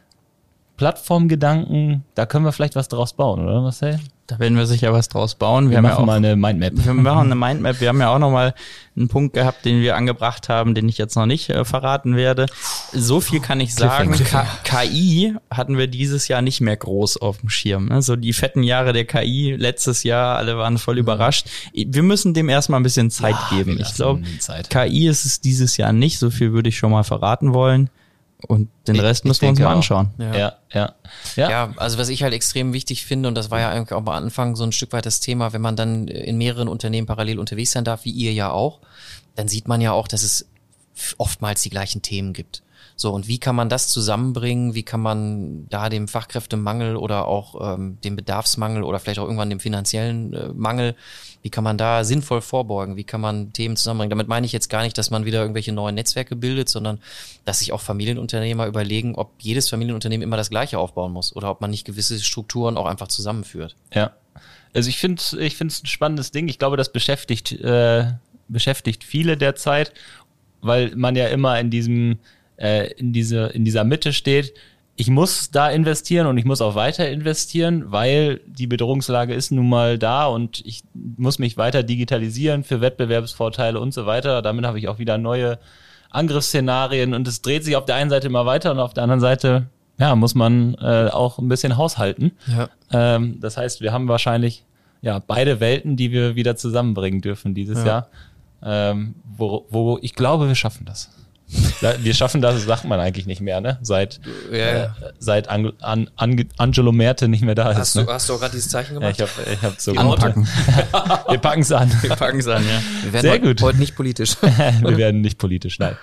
Plattformgedanken, da können wir vielleicht was draus bauen, oder Marcel? Da werden wir sicher was draus bauen. Wir, wir haben machen ja auch mal eine Mindmap. Wir machen eine Mindmap. Wir haben ja auch nochmal einen Punkt gehabt, den wir angebracht haben, den ich jetzt noch nicht äh, verraten werde. So viel kann ich sagen. K- KI hatten wir dieses Jahr nicht mehr groß auf dem Schirm. Ne? So die fetten Jahre der K I letztes Jahr, alle waren voll überrascht. Wir müssen dem erstmal ein bisschen Zeit ja, geben. Ich glaube, K I ist es dieses Jahr nicht. So viel würde ich schon mal verraten wollen. Und den Rest ich, müssen ich wir uns mal anschauen. Ja. Ja, ja, ja. Ja, also was ich halt extrem wichtig finde, und das war ja eigentlich auch am Anfang so ein Stück weit das Thema, wenn man dann in mehreren Unternehmen parallel unterwegs sein darf, wie ihr ja auch, dann sieht man ja auch, dass es oftmals die gleichen Themen gibt. So, und wie kann man das zusammenbringen? Wie kann man da dem Fachkräftemangel oder auch ähm, dem Bedarfsmangel oder vielleicht auch irgendwann dem finanziellen äh, Mangel, wie kann man da sinnvoll vorbeugen? Wie kann man Themen zusammenbringen? Damit meine ich jetzt gar nicht, dass man wieder irgendwelche neuen Netzwerke bildet, sondern dass sich auch Familienunternehmer überlegen, ob jedes Familienunternehmen immer das Gleiche aufbauen muss oder ob man nicht gewisse Strukturen auch einfach zusammenführt. Ja, also ich finde ich finde es ein spannendes Ding. Ich glaube, das beschäftigt äh, beschäftigt viele derzeit, weil man ja immer in diesem äh, in diese in dieser Mitte steht. Ich muss da investieren und ich muss auch weiter investieren, weil die Bedrohungslage ist nun mal da und ich muss mich weiter digitalisieren für Wettbewerbsvorteile und so weiter. Damit habe ich auch wieder neue Angriffsszenarien und es dreht sich auf der einen Seite immer weiter und auf der anderen Seite ja, muss man äh, auch ein bisschen haushalten. Ja. Ähm, das heißt, wir haben wahrscheinlich ja beide Welten, die wir wieder zusammenbringen dürfen dieses ja. Jahr, ähm, wo, wo ich glaube, wir schaffen das. Wir schaffen das, sagt man eigentlich nicht mehr, ne? Seit ja, ja. Äh, seit Ang- An- An- Angelo Merte nicht mehr da ist. Hast ne? du, hast du auch gerade dieses Zeichen gemacht? Ja, ich habe ich hab so anpacken. Wir packen es an. Wir packen es an, ja. Wir werden Sehr heute, gut. heute nicht politisch. Wir werden nicht politisch, nein.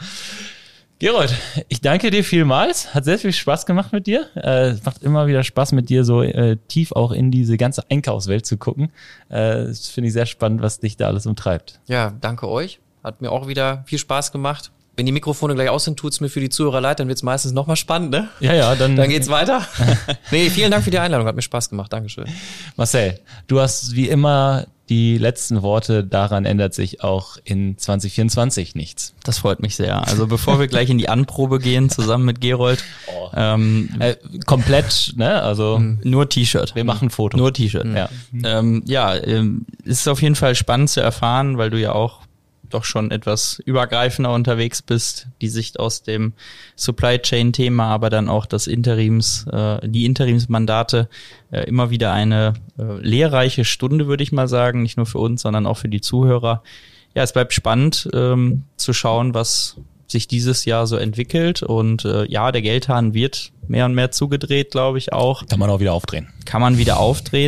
Gerold, ich danke dir vielmals. Hat sehr viel Spaß gemacht mit dir. Äh, es macht immer wieder Spaß mit dir so äh, tief auch in diese ganze Einkaufswelt zu gucken. Äh, das finde ich sehr spannend, was dich da alles umtreibt. Ja, danke euch. Hat mir auch wieder viel Spaß gemacht. Wenn die Mikrofone gleich aus sind, tut's mir für die Zuhörer leid, dann wird's meistens nochmal spannend, ne? Ja, ja, dann... Dann geht's weiter. Nee, vielen Dank für die Einladung, hat mir Spaß gemacht, Dankeschön. Marcel, du hast wie immer die letzten Worte, daran ändert sich auch in zwanzig vierundzwanzig nichts. Das freut mich sehr. Also bevor wir gleich in die Anprobe gehen, zusammen mit Gerold, oh. ähm, äh, komplett, ne? Also nur T-Shirt. Wir machen ein Foto. Nur T-Shirt. Ja, ähm, ja ähm, ist auf jeden Fall spannend zu erfahren, weil du ja auch doch schon etwas übergreifender unterwegs bist, die Sicht aus dem Supply Chain Thema, aber dann auch das Interims, äh, die Interimsmandate, äh, immer wieder eine äh, lehrreiche Stunde, würde ich mal sagen, nicht nur für uns, sondern auch für die Zuhörer. Ja, es bleibt spannend ähm, zu schauen, was sich dieses Jahr so entwickelt und äh, ja, der Geldhahn wird mehr und mehr zugedreht, glaube ich auch. Kann man auch wieder aufdrehen. Kann man wieder aufdrehen.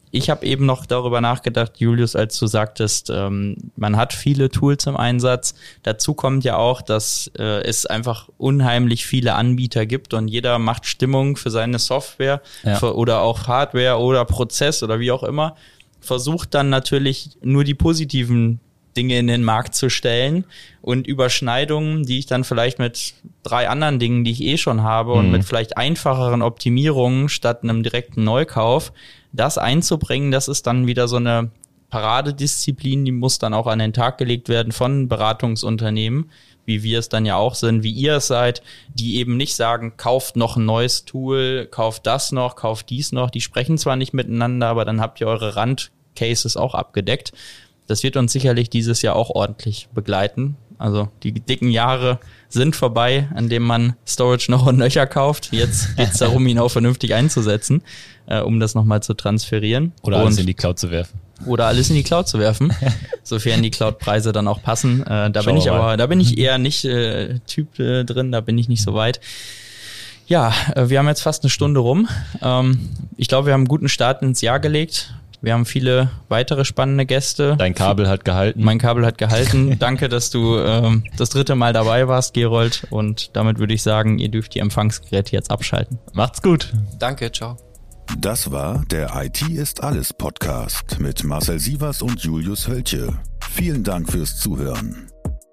ich habe eben noch darüber nachgedacht, Julius, als du sagtest, ähm, man hat viele Tools im Einsatz. Dazu kommt ja auch, dass äh, es einfach unheimlich viele Anbieter gibt und jeder macht Stimmung für seine Software ja. für, oder auch Hardware oder Prozess oder wie auch immer. Versucht dann natürlich nur die positiven Dinge in den Markt zu stellen und Überschneidungen, die ich dann vielleicht mit drei anderen Dingen, die ich eh schon habe mhm. und mit vielleicht einfacheren Optimierungen statt einem direkten Neukauf, das einzubringen, das ist dann wieder so eine Paradedisziplin, die muss dann auch an den Tag gelegt werden von Beratungsunternehmen, wie wir es dann ja auch sind, wie ihr es seid, die eben nicht sagen, kauft noch ein neues Tool, kauft das noch, kauft dies noch. Die sprechen zwar nicht miteinander, aber dann habt ihr eure Randcases auch abgedeckt. Das wird uns sicherlich dieses Jahr auch ordentlich begleiten. Also die dicken Jahre sind vorbei, an denen man Storage noch und nöcher kauft. Jetzt geht es darum, ihn auch vernünftig einzusetzen, äh, um das nochmal zu transferieren. Oder und, alles in die Cloud zu werfen. Oder alles in die Cloud zu werfen, sofern die Cloud-Preise dann auch passen. Äh, da Schauen bin ich wir mal. aber, da bin ich eher nicht äh, Typ äh, drin, da bin ich nicht so weit. Ja, äh, wir haben jetzt fast eine Stunde rum. Ähm, ich glaube, wir haben einen guten Start ins Jahr gelegt. Wir haben viele weitere spannende Gäste. Dein Kabel hat gehalten. Mein Kabel hat gehalten. Danke, dass du ähm, das dritte Mal dabei warst, Gerold. Und damit würde ich sagen, ihr dürft die Empfangsgeräte jetzt abschalten. Macht's gut. Danke, ciao. Das war der I T ist alles Podcast mit Marcel Sievers und Julius Hölche. Vielen Dank fürs Zuhören.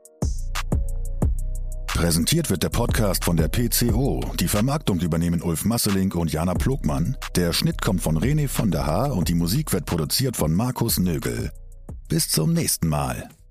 Präsentiert wird der Podcast von der P C O. Die Vermarktung übernehmen Ulf Masselink und Jana Plogmann. Der Schnitt kommt von René von der Haar und die Musik wird produziert von Markus Nögel. Bis zum nächsten Mal.